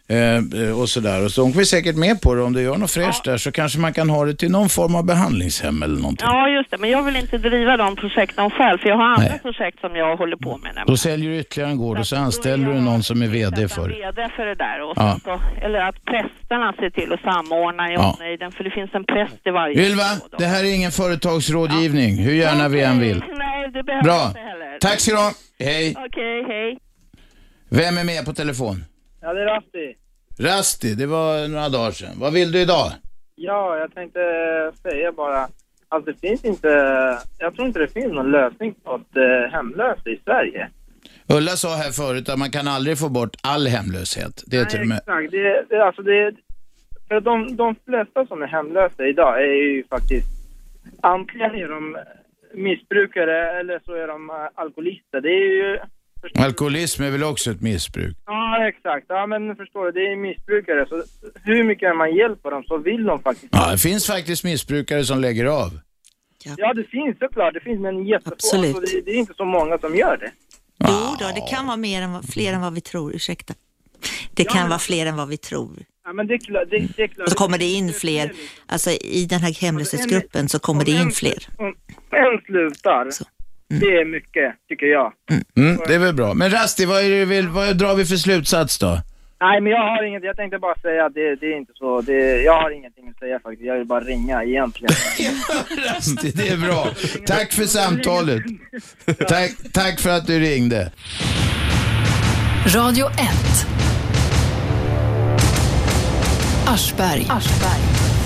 eh, och sådär. Och så de kommer säkert med på det. Om du gör något fräscht ja. där så kanske man kan ha det till någon form av behandlingshem eller någonting. Ja, just det. Men jag vill inte driva de projekten själv. För jag har andra Nej. projekt som jag håller på med. Nämligen. Då säljer du ytterligare en gård och så anställer du någon som är vd för det. vd för det där. Och ja. så, eller att prästerna ser till att samordna i ja. omnöjden. För det finns en präst i varje. Ylva, det här är ingen företagsrådgivning. Ja. Hur gärna Nej, vi än vill. Nej, det behöver Bra. inte heller. Tack så du ha. Hej. Okej, okay, hej. Vem är med på telefon? Ja, det är Rasti. Rasti, det var några dagar sedan. Vad vill du idag? Ja, jag tänkte säga bara att det finns inte, jag tror inte det finns någon lösning på att eh, hemlösa i Sverige. Ulla sa här förut att man kan aldrig få bort all hemlöshet. Det är Nej, till och med... exakt. Det, det, alltså det, för de, de flesta som är hemlösa idag är ju faktiskt, antingen är de missbrukare eller så är de alkoholister. Det är ju... Alkoholism är väl också ett missbruk? Ja, exakt. Ja, men förstår du, det är missbrukare. Så hur mycket man hjälper dem så vill de faktiskt... Ja, det finns faktiskt missbrukare som lägger av. Ja, ja det finns såklart. Det finns, men jättefå. Absolut. Så det, det är inte så många som gör det. Jo då, det kan vara mer än, fler än vad vi tror. Ursäkta. Det kan ja, vara fler än vad vi tror. Ja, men det är klart. Det, det är klart. Och så kommer det in fler. Alltså i den här hemlöshetsgruppen så kommer det in fler. Om en slutar, mm. det är mycket, tycker jag. Mm. Mm, det är väl bra. Men Rasti, vad, är det vill, vad drar vi för slutsats då? Nej, men jag har inget. Jag tänkte bara säga att det, det är inte så. Det, jag har ingenting att säga faktiskt. Jag vill bara ringa egentligen. Rasti, det är bra. Tack för samtalet. tack, tack för att du ringde. Radio ett. Aschberg. Aschberg.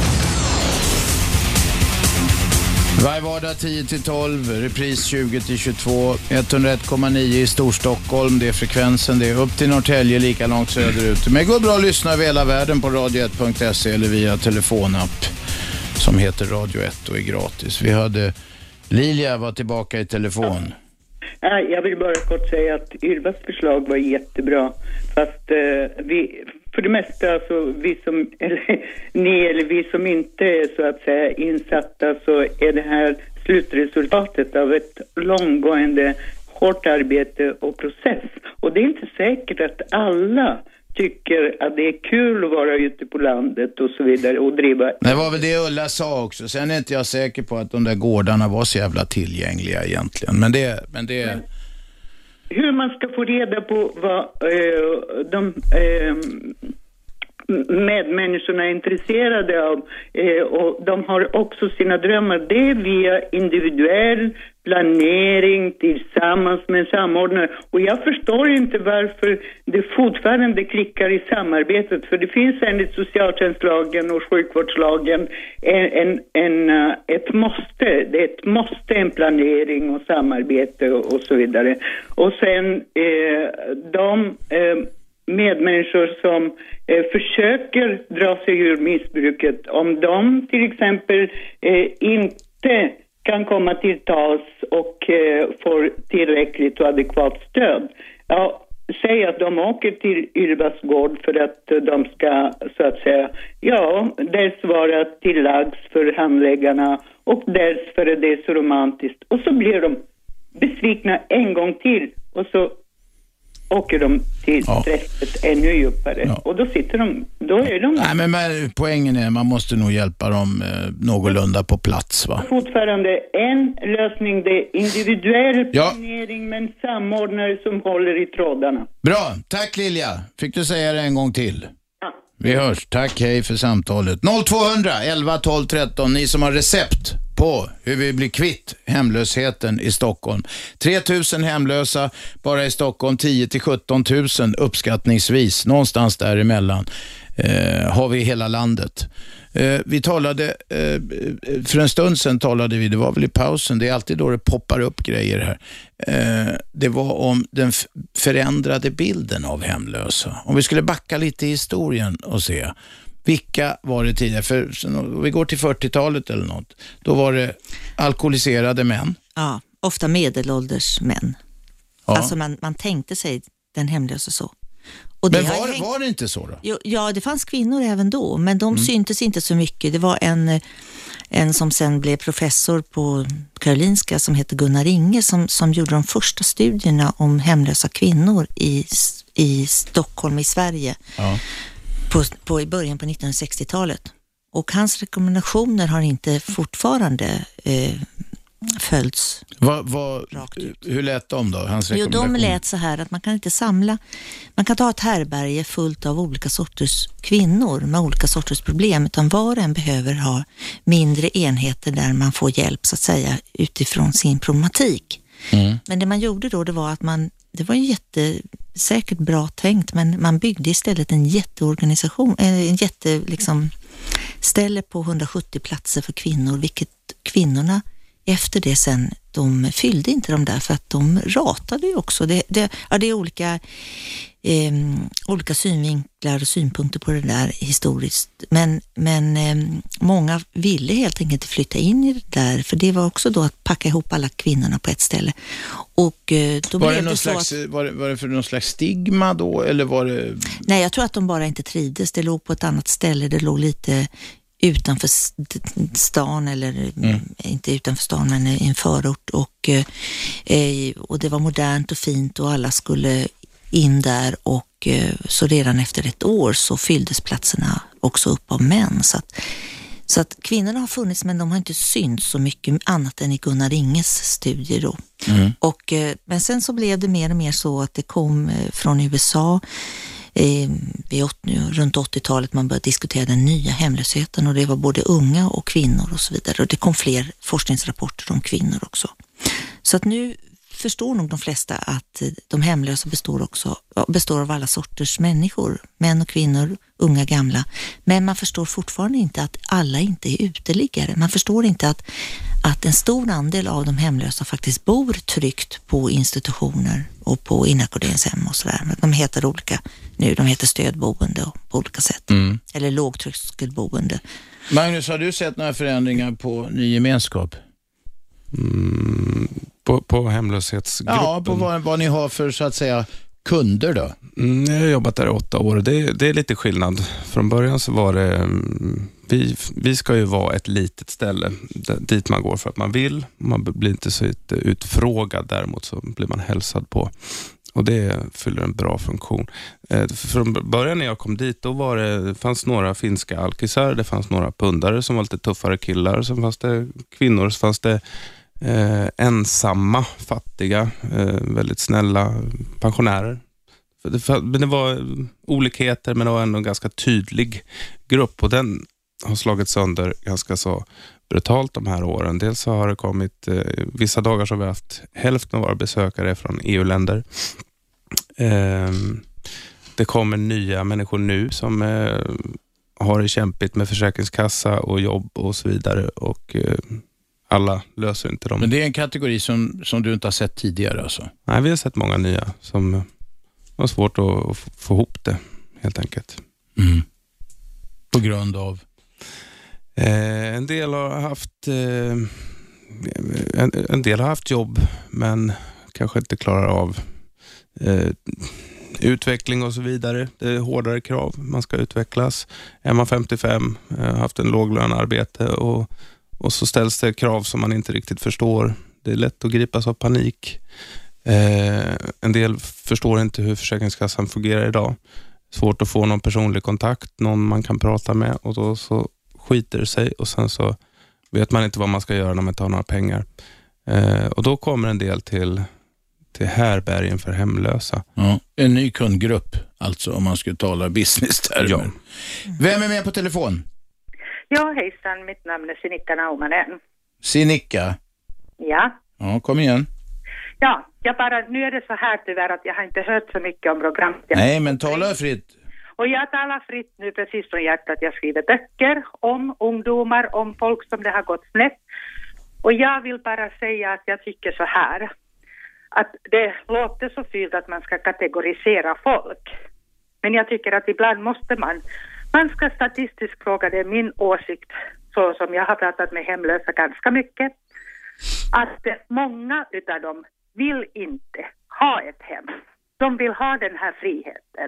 Varje vardag tio till tolv, repris tjugo till tjugotvå, etthundraett komma nio i Storstockholm, det är frekvensen, det är upp till Norrtälje, lika långt söderut. Men det går bra att lyssna över hela världen på radio ett punkt se eller via telefonapp som heter Radio ett och är gratis. Vi hade Lilja var tillbaka i telefon. Jag vill bara kort säga att Ylvas förslag var jättebra, fast eh, vi... För det mesta, alltså, vi som, eller, ni eller vi som inte är så att säga insatta, så är det här slutresultatet av ett långgående hårt arbete och process. Och det är inte säkert att alla tycker att det är kul att vara ute på landet och så vidare och driva. Det var väl det Ulla sa också. Sen är inte jag säker på att de där gårdarna var så jävla tillgängliga egentligen. Men det... Men det... Men hur man ska få reda på vad eh, de eh, medmänniskorna är intresserade av, eh, och de har också sina drömmar, det är via individuell planering tillsammans med en samordnare. Och jag förstår inte varför det fortfarande klickar i samarbetet, för det finns enligt socialtjänstlagen och sjukvårdslagen en, en, en, ett måste, det är ett måste, en planering och samarbete och, och så vidare. Och sen eh, de eh, medmänniskor som eh, försöker dra sig ur missbruket, om de till exempel eh, inte kan komma till tals och eh, får tillräckligt och adekvat stöd. Ja, säg att de åker till Ylvas gård för att eh, de ska, så att säga, ja, dels vara till lags för handläggarna och dels för att det är så romantiskt. Och så blir de besvikna en gång till och så åker de till ja. träffet ännu djupare. Ja. Och då sitter de, då är de... Nej, men, men poängen är, man måste nog hjälpa dem eh, någorlunda på plats, va? Fortfarande en lösning, det är individuell planering, ja. Men samordnare som håller i trådarna. Bra, tack Lilja. Fick du säga det en gång till? Ja. Vi hörs, tack, hej för samtalet. noll två elva tolv tretton, ni som har recept på hur vi blir kvitt hemlösheten i Stockholm. tre tusen hemlösa bara i Stockholm, tio till sjutton tusen uppskattningsvis, någonstans däremellan eh, har vi i hela landet. Eh, vi talade, eh, för en stund sedan talade vi, det var väl i pausen, det är alltid då det poppar upp grejer här. Eh, det var om den f- förändrade bilden av hemlösa. Om vi skulle backa lite i historien och se. Vilka var det tidigare? För vi går till fyrtiotalet eller något. Då var det alkoholiserade män. Ja, ofta medelålders män. Ja. Alltså man, man tänkte sig den hemlösa så. Och men det var, hängt... var det inte så då? Jo, ja, det fanns kvinnor även då. Men de Mm. syntes inte så mycket. Det var en, en som sen blev professor på Karolinska som heter Gunnar Inge som, som gjorde de första studierna om hemlösa kvinnor i, i Stockholm i Sverige. Ja. På, på, i början på nittonhundrasextiotalet. Och hans rekommendationer har inte fortfarande eh, följts. Va, va, hur lät de då? Hans jo, rekommendationer? de lät så här att man kan inte samla, man kan ta ett härberge fullt av olika sorters kvinnor med olika sorters problem, utan var och en behöver ha mindre enheter där man får hjälp så att säga utifrån sin problematik. Mm. Men det man gjorde då, det var att man, det var ju jätte, säkert bra tänkt, men man byggde istället en jätteorganisation, en jätte liksom ställe på hundrasjuttio platser för kvinnor, vilket kvinnorna efter det sen, de fyllde inte de där för att de ratade ju också. Det, det, ja, det är olika, eh, olika synvinklar och synpunkter på det där historiskt. Men, men eh, många ville helt enkelt flytta in i det där, för det var också då att packa ihop alla kvinnorna på ett ställe. Och eh, då var, blev det det så slags, att, var, det, var det för någon slags stigma då, eller var det... Nej, jag tror att de bara inte trivdes. Det låg på ett annat ställe, det låg lite utanför stan, eller mm. inte utanför stan men i en förort, och, eh, och det var modernt och fint och alla skulle in där, och eh, så redan efter ett år så fylldes platserna också upp av män, så att, så att kvinnorna har funnits, men de har inte synts så mycket annat än i Gunnar Ringes studier då. Mm. Och, eh, men sen så blev det mer och mer så att det kom eh, från U S A Eh, vid runt åttiotalet man började diskutera den nya hemlösheten, och det var både unga och kvinnor och så vidare, och det kom fler forskningsrapporter om kvinnor också. Så att nu förstår nog de flesta att de hemlösa består också består av alla sorters människor, män och kvinnor, unga, gamla, men man förstår fortfarande inte att alla inte är uteliggare. Man förstår inte att, att en stor andel av de hemlösa faktiskt bor tryggt på institutioner och på inackorderingshem och sådär. De heter olika nu, de heter stödboende på olika sätt. Mm. Eller lågtröskelboende. Magnus, har du sett några förändringar på ny gemenskap? Mm, på, på hemlöshetsgruppen? Ja, på vad, vad ni har för, så att säga, kunder då? Mm, jag har jobbat där i åtta år. Det, det är lite skillnad. Från början så var det... Vi, vi ska ju vara ett litet ställe dit man går för att man vill. Man blir inte så utfrågad, däremot så blir man hälsad på. Och det fyller en bra funktion. Eh, från början när jag kom dit, då var det, det fanns några finska alkisar, det fanns några pundare som var lite tuffare killar, så fanns det kvinnor, så fanns det eh, ensamma, fattiga, eh, väldigt snälla pensionärer. Det, men det var olikheter, men det var ändå en ganska tydlig grupp, och den har slagit sönder ganska så brutalt de här åren. Dels så har det kommit eh, vissa dagar så har vi haft hälften av våra besökare från E U-länder. Eh, det kommer nya människor nu som eh, har det kämpigt med försäkringskassa och jobb och så vidare, och eh, alla löser inte dem. Men det är en kategori som, som du inte har sett tidigare alltså? Nej, vi har sett många nya som har svårt att, att få ihop det helt enkelt. Mm. På grund av? Eh, en del har haft eh, en, en del har haft jobb, men kanske inte klarar av eh, utveckling och så vidare. Det är hårdare krav, man ska utvecklas. Är man femtiofem, har eh, haft en låglönearbete, och, och så ställs det krav som man inte riktigt förstår. Det är lätt att gripas av panik. Eh, en del förstår inte hur Försäkringskassan fungerar idag. Svårt att få någon personlig kontakt, någon man kan prata med, och då så skiter sig, och sen så vet man inte vad man ska göra när man tar några pengar. Eh, och då kommer en del till, till härbergen för hemlösa. Ja, en ny kundgrupp, alltså, om man skulle tala business-termer. Ja. Vem är med på telefon? Ja, hejsan, mitt namn är Sinikka Naumanen. Sinikka? Ja. Ja, kom igen. Ja, jag bara, nu är det så här tyvärr att jag har inte hört så mycket om programmet. Nej, men tala fritt. Och jag talar fritt nu precis från hjärtat. Jag skriver böcker om ungdomar, om folk som det har gått snett. Och jag vill bara säga att jag tycker så här. Att det låter så fint att man ska kategorisera folk. Men jag tycker att ibland måste man. Man ska statistiskt fråga, det är min åsikt. Så som jag har pratat med hemlösa ganska mycket. Att många utav dem vill inte ha ett hem. De vill ha den här friheten.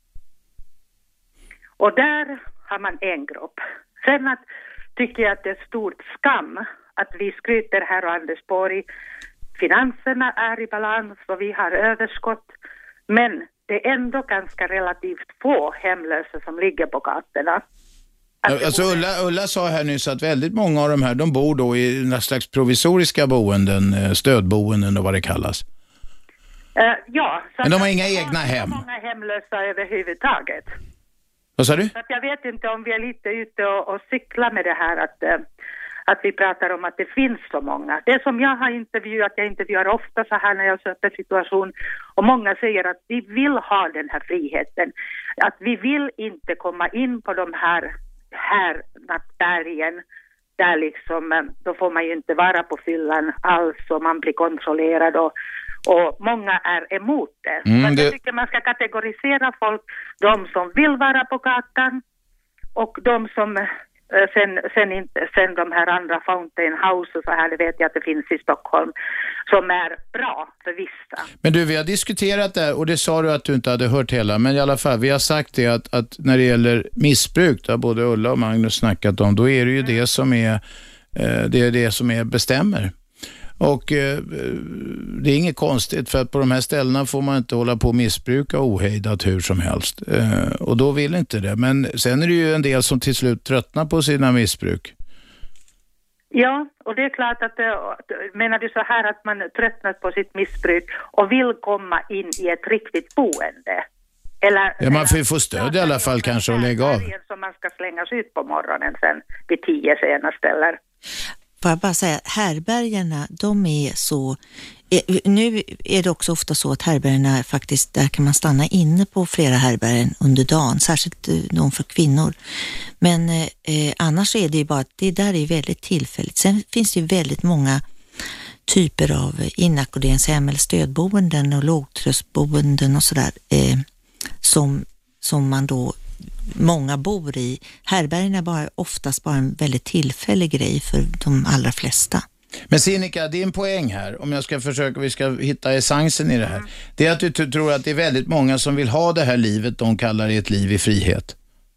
Och där har man en grupp. Sen att, tycker jag att det är stort skam att vi skryter här och Anders Borg. Finanserna är i balans och vi har överskott. Men det är ändå ganska relativt få hemlösa som ligger på gatorna. Alltså Ulla, Ulla sa här nyss att väldigt många av de här, de bor då i några slags provisoriska boenden, stödboenden och vad det kallas. Uh, ja. Så men de har inga egna hem. Många hemlösa överhuvudtaget. Vad sa du? Så att jag vet inte om vi är lite ute och, och cyklar med det här att, uh, att vi pratar om att det finns så många. Det som jag har intervjuat, jag intervjuar ofta så här när jag söker situation, och många säger att vi vill ha den här friheten. Att vi vill inte komma in på de här, här nattbergen där liksom, då får man ju inte vara på fyllan alls och man blir kontrollerad och, och många är emot det. Mm, Men det... jag tycker man ska kategorisera folk, de som vill vara på gatan och de som eh, sen, sen, inte, sen de här andra Fountain House och så här, det vet jag att det finns i Stockholm, som är bra för vissa. Men du, vi har diskuterat det och det sa du att du inte hade hört hela, men i alla fall, vi har sagt det att, att när det gäller missbruk, där både Ulla och Magnus snackat om, då är det ju det som är eh, det är det som är bestämmer. Och eh, det är inget konstigt, för att på de här ställena får man inte hålla på och missbruka ohejdat hur som helst. Eh, och då vill inte det. Men sen är det ju en del som till slut tröttnar på sina missbruk. Ja, och det är klart att, menar du så här att man tröttnat på sitt missbruk och vill komma in i ett riktigt boende? Eller, ja, man får ju få stöd i alla fall kanske och lägga av. Som man ska slängas ut på morgonen sen vid tio senast eller... Får jag bara säga, härbärgarna, de är så... Nu är det också ofta så att härbärgarna faktiskt, där kan man stanna inne på flera härbärgen under dagen, särskilt de för kvinnor. Men eh, annars är det ju bara att det där är väldigt tillfälligt. Sen finns det ju väldigt många typer av inackorderingshem eller stödboenden och lågtröstboenden och sådär eh, som, som man då många bor i. Härbärgen är bara, oftast bara en väldigt tillfällig grej för de allra flesta. Men Sinikka, din poäng här, om jag ska försöka, vi ska hitta essensen i det här, mm. det är att du t- tror att det är väldigt många som vill ha det här livet de kallar ett liv i frihet.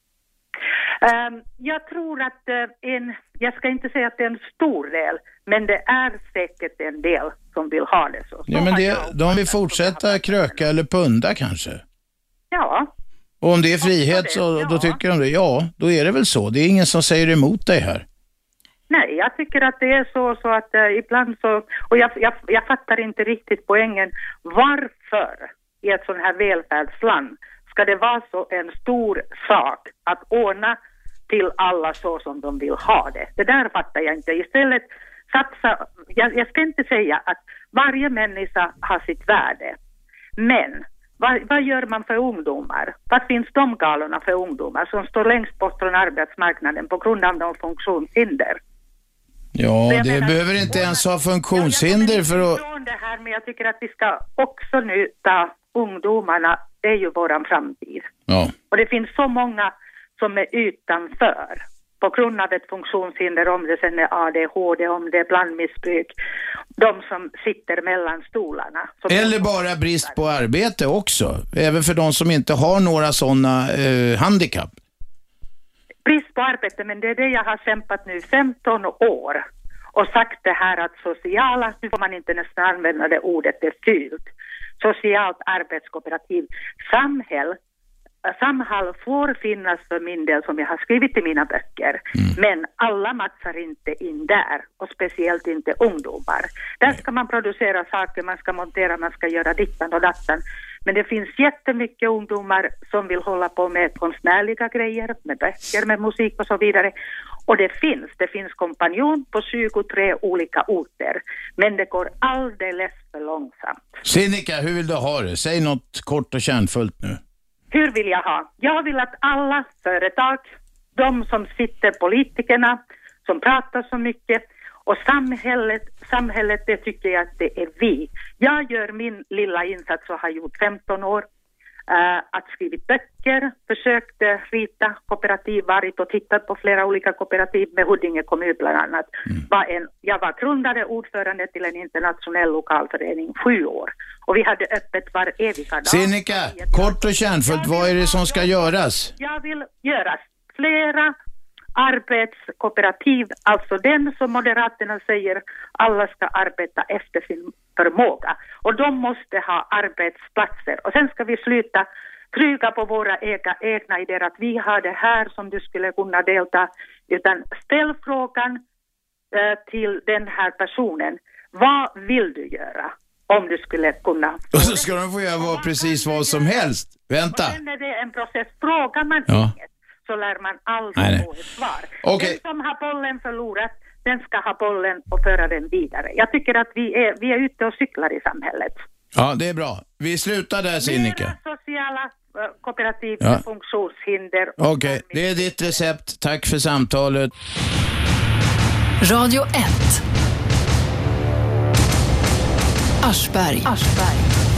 Um, jag tror att uh, en, jag ska inte säga att det är en stor del, men det är säkert en del som vill ha det så. så ja, men det, de vill fortsätta kröka eller punda kanske. Ja. Och om det är frihet så ja. då tycker de det. Ja, då är det väl så. Det är ingen som säger emot dig här. Nej, jag tycker att det är så, så att uh, ibland så, och jag, jag, jag fattar inte riktigt poängen. Varför i ett sån här välfärdsland ska det vara så en stor sak att ordna till alla så som de vill ha det? Det där fattar jag inte. Istället satsa, jag, jag ska inte säga att varje människa har sitt värde, men Vad, vad gör man för ungdomar? Vad finns de galorna för ungdomar som står längst bort från arbetsmarknaden på grund av de funktionshinder? Ja, det menar, behöver inte ens ha funktionshinder jag, jag för att... Det här, men jag tycker att vi ska också nu ta ungdomarna, det är ju våran framtid. Ja. Och det finns så många som är utanför på grund av ett funktionshinder, om det sen är A D H D, om det är blandmissbruk, de som sitter mellan stolarna. Eller bara brist på arbete också, även för de som inte har några sådana eh, handikapp. Brist på arbete, men det är det jag har kämpat nu femton år och sagt det här att sociala, nu får man inte nästan använda det ordet, det är fult, socialt arbetskooperativ, samhäll, Samhall får finnas för min del som jag har skrivit i mina böcker, mm. men alla matchar inte in där och speciellt inte ungdomar. Där ska man producera saker, man ska montera, man ska göra dittan och dattan. Men det finns jättemycket ungdomar som vill hålla på med konstnärliga grejer, med böcker, med musik och så vidare. Och det finns, det finns kompanjon på tjugotre olika orter, men det går alldeles för långsamt. Sinikka, hur vill du ha det? Säg något kort och kärnfullt nu. Hur vill jag ha? Jag vill att alla företag, de som sitter, politikerna, som pratar så mycket, och samhället, samhället det tycker jag att det är vi. Jag gör min lilla insats och har gjort femton år. Uh, att skrivit böcker, försökte rita kooperativ, varit och tittat på flera olika kooperativ med Huddinge kommun bland annat. Mm. Var en, jag var grundare ordförande till en internationell lokalförening sju år. Och vi hade öppet var eviga dag. Sinikka, kort och kärnfullt, vad är det som ska göras? Jag vill göra flera arbetskooperativ, alltså den som Moderaterna säger alla ska arbeta efter sin förmåga, och de måste ha arbetsplatser. Och sen ska vi sluta tryga på våra egna, egna idéer att vi har det här som du skulle kunna delta, utan ställ frågan eh, till den här personen, vad vill du göra om du skulle kunna... Och så ska de få göra vad, precis vad som helst. Vänta. Och sen är det en process, frågar man ja. inget så lär man aldrig få ett svar. Okay. Den som har bollen förlorat, den ska ha bollen och föra den vidare. Jag tycker att vi är, vi är ute och cyklar i samhället. Ja, det är bra. Vi slutar där, Sinikka. Mera sociala äh, kooperativ Ja. funktionshinder. Okej, okay. Det är ditt recept. Tack för samtalet. Radio ett. Aschberg. Aschberg.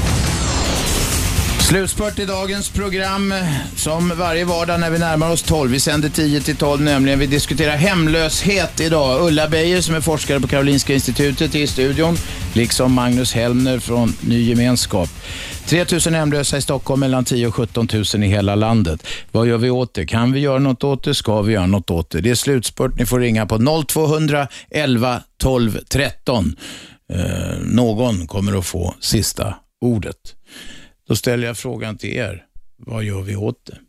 Slutspurt i dagens program, som varje vardag när vi närmar oss tolv. Vi sänder tio till tolv nämligen. Vi diskuterar hemlöshet idag. Ulla Beijer som är forskare på Karolinska institutet i studion, liksom Magnus Helmner från Ny Gemenskap. tre tusen hemlösa i Stockholm, mellan tio och sjutton tusen i hela landet. Vad gör vi åt det? Kan vi göra något åt det? Ska vi göra något åt det? Det är slutspurt. Ni får ringa på noll två hundra elva tolv tretton. Eh, någon kommer att få sista ordet. Då ställer jag frågan till er. Vad gör vi åt det?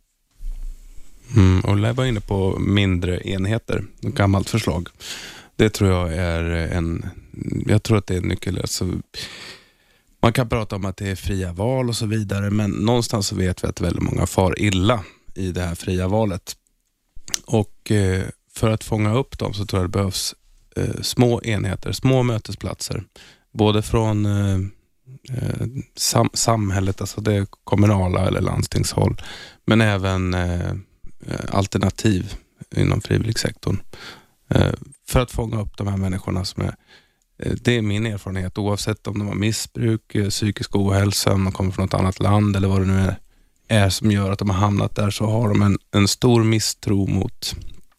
Mm, Ulla var inne på mindre enheter. Ett gammalt förslag. Det tror jag är en... Jag tror att det är en nyckel. Alltså, man kan prata om att det är fria val och så vidare. Men någonstans så vet vi att väldigt många far illa i det här fria valet. Och eh, för att fånga upp dem så tror jag det behövs eh, små enheter. Små mötesplatser. Både från... Eh, Eh, sam- samhället, alltså det kommunala eller landstingshåll, men även eh, alternativ inom frivilligsektorn eh, för att fånga upp de här människorna som är, eh, det är min erfarenhet, oavsett om de har missbruk, eh, psykisk ohälsa, om de kommer från något annat land eller vad det nu är, är som gör att de har hamnat där, så har de en, en stor misstro mot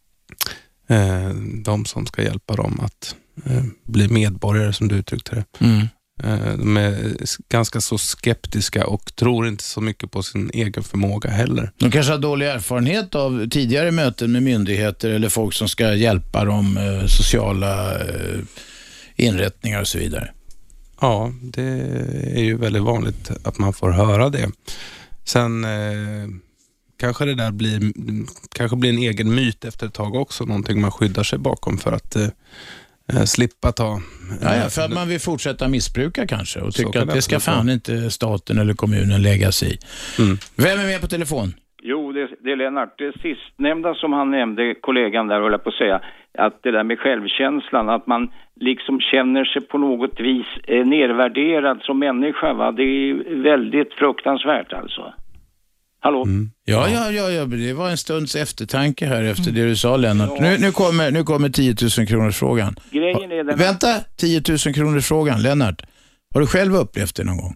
eh, de som ska hjälpa dem att eh, bli medborgare, som du uttryckte det. Mm. De är ganska så skeptiska och tror inte så mycket på sin egen förmåga heller. De kanske har dålig erfarenhet av tidigare möten med myndigheter eller folk som ska hjälpa dem, eh, sociala eh, inrättningar och så vidare. Ja, det är ju väldigt vanligt att man får höra det. Sen eh, kanske det där blir, kanske blir en egen myt efter ett tag också, någonting man skyddar sig bakom för att eh, slippa ta... Ja, ja, för att man vill fortsätta missbruka kanske och tycka att det ska absolut fan inte staten eller kommunen lägga sig i. Mm. Vem är med på telefon? Jo, det, det är Lennart. Det sistnämnda som han nämnde, kollegan där, höll jag på att säga, att det där med självkänslan, att man liksom känner sig på något vis eh, nedvärderad som människa, va? Det är väldigt fruktansvärt alltså. Hallå? Mm. Ja, ja, ja, ja, det var en stunds eftertanke här efter det du sa, Lennart. Ja. Nu, nu kommer, nu kommer tio tusen kronors frågan. Grejen är den... Vänta, tio tusen kronors frågan, Lennart. Har du själv upplevt det någon gång?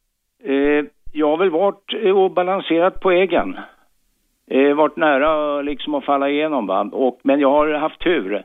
Eh, jag har väl varit och balanserat på äggen. Eh, varit nära liksom att falla igenom, va? Och, men jag har haft tur.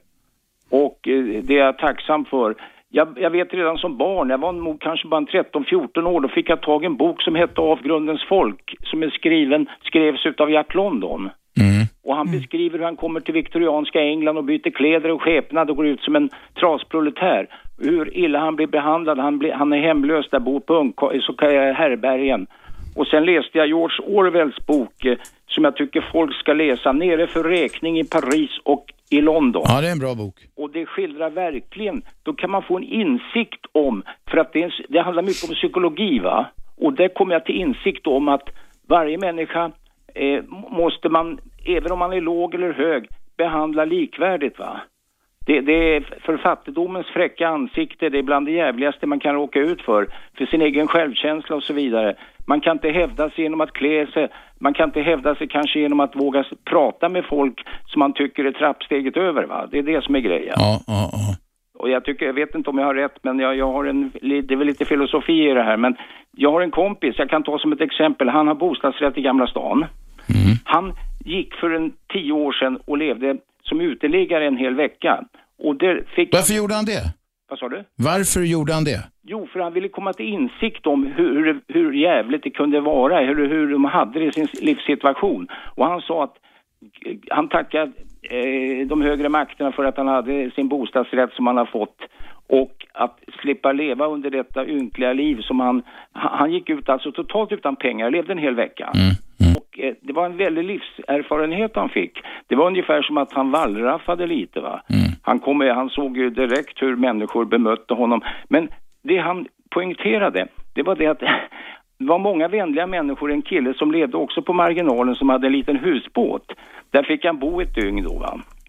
Och eh, det är jag tacksam för. Jag, jag vet redan som barn, jag var nog kanske bara tretton fjorton år, då fick jag tag i en bok som hette Avgrundens folk, som är skriven, skrevs utav Jack London. Mm. Och han beskriver hur han kommer till viktorianska England och byter kläder och skepnad och går ut som en trasproletär. Hur illa han blir behandlad, han, blir, han är hemlös där, bor på ung, så härbergen. Och sen läste jag George Orwells bok eh, som jag tycker folk ska läsa, Nere för räkning i Paris och i London. Ja, det är en bra bok. Och det skildrar verkligen, då kan man få en insikt om, för att det, är en, det handlar mycket om psykologi, va? Och där kommer jag till insikt om att varje människa eh, måste man, även om man är låg eller hög, behandla likvärdigt, va? Det, det är för fattigdomens fräcka ansikte, det är bland det jävligaste man kan råka ut för, för sin egen självkänsla och så vidare. Man kan inte hävda sig genom att klä sig, man kan inte hävda sig kanske genom att våga prata med folk som man tycker är trappsteget över, va? Det är det som är grejen. Ja, ja, ja. Och jag tycker, jag vet inte om jag har rätt, men jag, jag har en, det är väl lite filosofi i det här, men jag har en kompis, jag kan ta som ett exempel, han har bostadsrätt i Gamla stan. Mm. Han gick för en tio år sedan och levde som uteliggare en hel vecka. Och där fick Varför gjorde han det? Vad sa du? Varför gjorde han det? Jo, för han ville komma till insikt om hur, hur, hur jävligt det kunde vara, hur, hur de hade det i sin livssituation. Och han sa att han tackade eh, de högre makterna för att han hade sin bostadsrätt som han har fått. Och att slippa leva under detta ynkliga liv som han... Han gick ut alltså totalt utan pengar, levde en hel vecka. Mm. Mm. Och eh, det var en väldig livserfarenhet han fick. Det var ungefär som att han wallraffade lite, va? Mm. Han, kom, han såg ju direkt hur människor bemötte honom. Men det han poängterade, det var det att det var många vänliga människor, en kille som levde också på marginalen som hade en liten husbåt. Där fick han bo ett dygn då, va?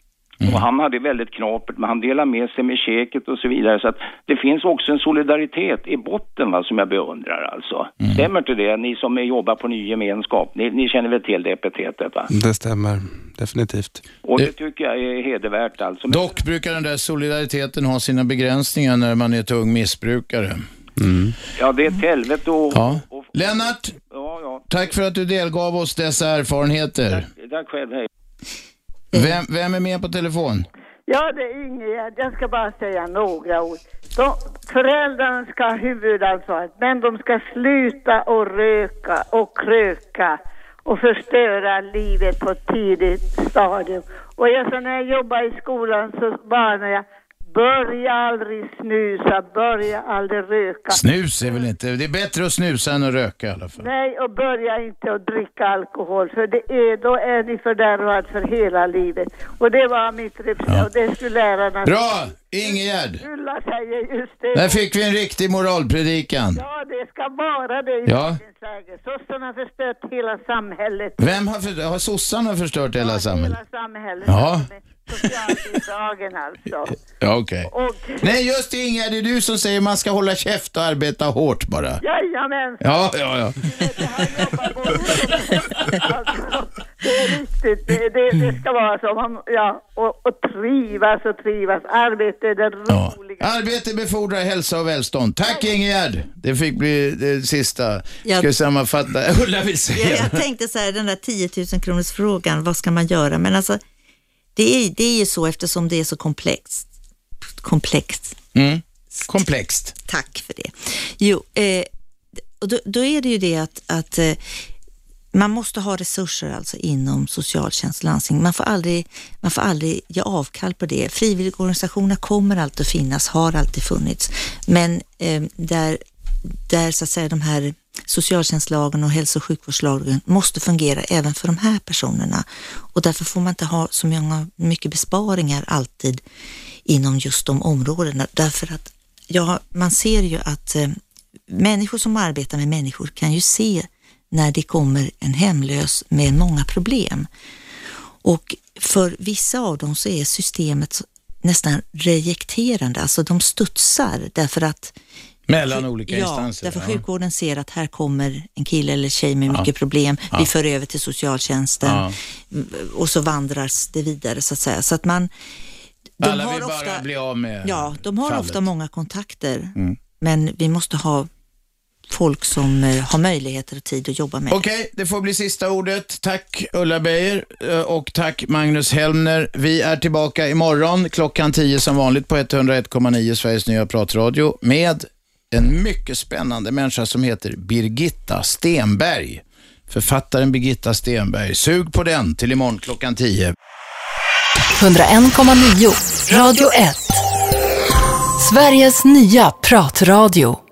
Mm. Och han hade väldigt knapert, men han delade med sig med käket och så vidare. Så att det finns också en solidaritet i botten, va, som jag beundrar alltså. Mm. Stämmer inte det? Ni som jobbar på ny gemenskap, ni, ni känner väl till det epitetet, va? Det stämmer, definitivt. Och det tycker jag är hedervärt alltså. Dock brukar den där solidariteten ha sina begränsningar när man är ett ung missbrukare. Mm. Ja, det är ett helvete och... Ja. och Lennart, ja, ja. tack för att du delgav oss dessa erfarenheter. Tack, tack själv, hej. Vem, vem är med på telefon? Ja, det är Ingegärd. Jag ska bara säga några ord. De, föräldrarna ska ha huvudansvaret, men de ska sluta och röka och kröka och förstöra livet på ett tidigt stadium. Och jag, så när jag jobbar i skolan så varnar jag: börja aldrig snusa, börja aldrig röka. Snus är väl inte... Det är bättre att snusa än att röka i alla fall. Nej, och börja inte att dricka alkohol, för det är, då är ni fördärvad för hela livet. Och det var mitt reps, ja. Och det skulle lärarna... Bra! Ingegärd! Ulla säger just det. Där fick vi en riktig moralpredikan. Ja, det ska vara det i ja. dagens läge. Sossarna har förstört hela samhället. Vem har, för, har sossarna förstört hela ja, samhället? hela samhället. Ja. Socialbidragen alltså. Ja, okej. Okay. Nej, just det, Inga, det är du som säger man ska hålla käft och arbeta hårt bara. Jajamän. Ja, ja, ja. Det är riktigt. Det, det, det ska vara så. Man, ja, och, och trivas och trivas. Arbete är det roliga. Ja. Arbete befordrar hälsa och välstånd. Tack, Ingegärd. Det fick bli det sista. Jag, ska vi sammanfatta? Ulla vill säga. Jag, jag tänkte så här, den där tio tusen kronors frågan, vad ska man göra? Men alltså, det är, det är ju så eftersom det är så komplext. Komplext. Mm. Komplext. Tack för det. Jo, eh, och då, då är det ju det att, att eh, man måste ha resurser alltså inom socialtjänst och landsting. Man får aldrig, man får aldrig ge avkall på det. Frivilligorganisationer kommer alltid att finnas, har alltid funnits. Men eh, där, där så att säga de här socialtjänstlagen och hälso- och sjukvårdslagen måste fungera även för de här personerna. Och därför får man inte ha så många, mycket besparingar alltid inom just de områdena. Därför att ja, man ser ju att eh, människor som arbetar med människor kan ju se när det kommer en hemlös med många problem. Och för vissa av dem så är systemet nästan rejekterande. Alltså de studsar därför att mellan olika ja, instanser. Därför ja. sjukvården ser att här kommer en kille eller tjej med ja. mycket problem. Ja. Vi för över till socialtjänsten ja. och så vandras det vidare så att säga. Så att man de alla har vill ofta, bara bli av med ja, de har fallet. ofta många kontakter. Mm. Men vi måste ha folk som eh, har möjligheter och tid att jobba med. Okej, okay, det får bli sista ordet. Tack Ulla Beijer och tack Magnus Helmner. Vi är tillbaka imorgon klockan tio som vanligt på etthundraett komma nio Sveriges nya pratradio med en mycket spännande människa som heter Birgitta Stenberg. Författaren Birgitta Stenberg. Sug på den till imorgon klockan tio. etthundraett komma nio Radio ett. Sveriges nya pratradio.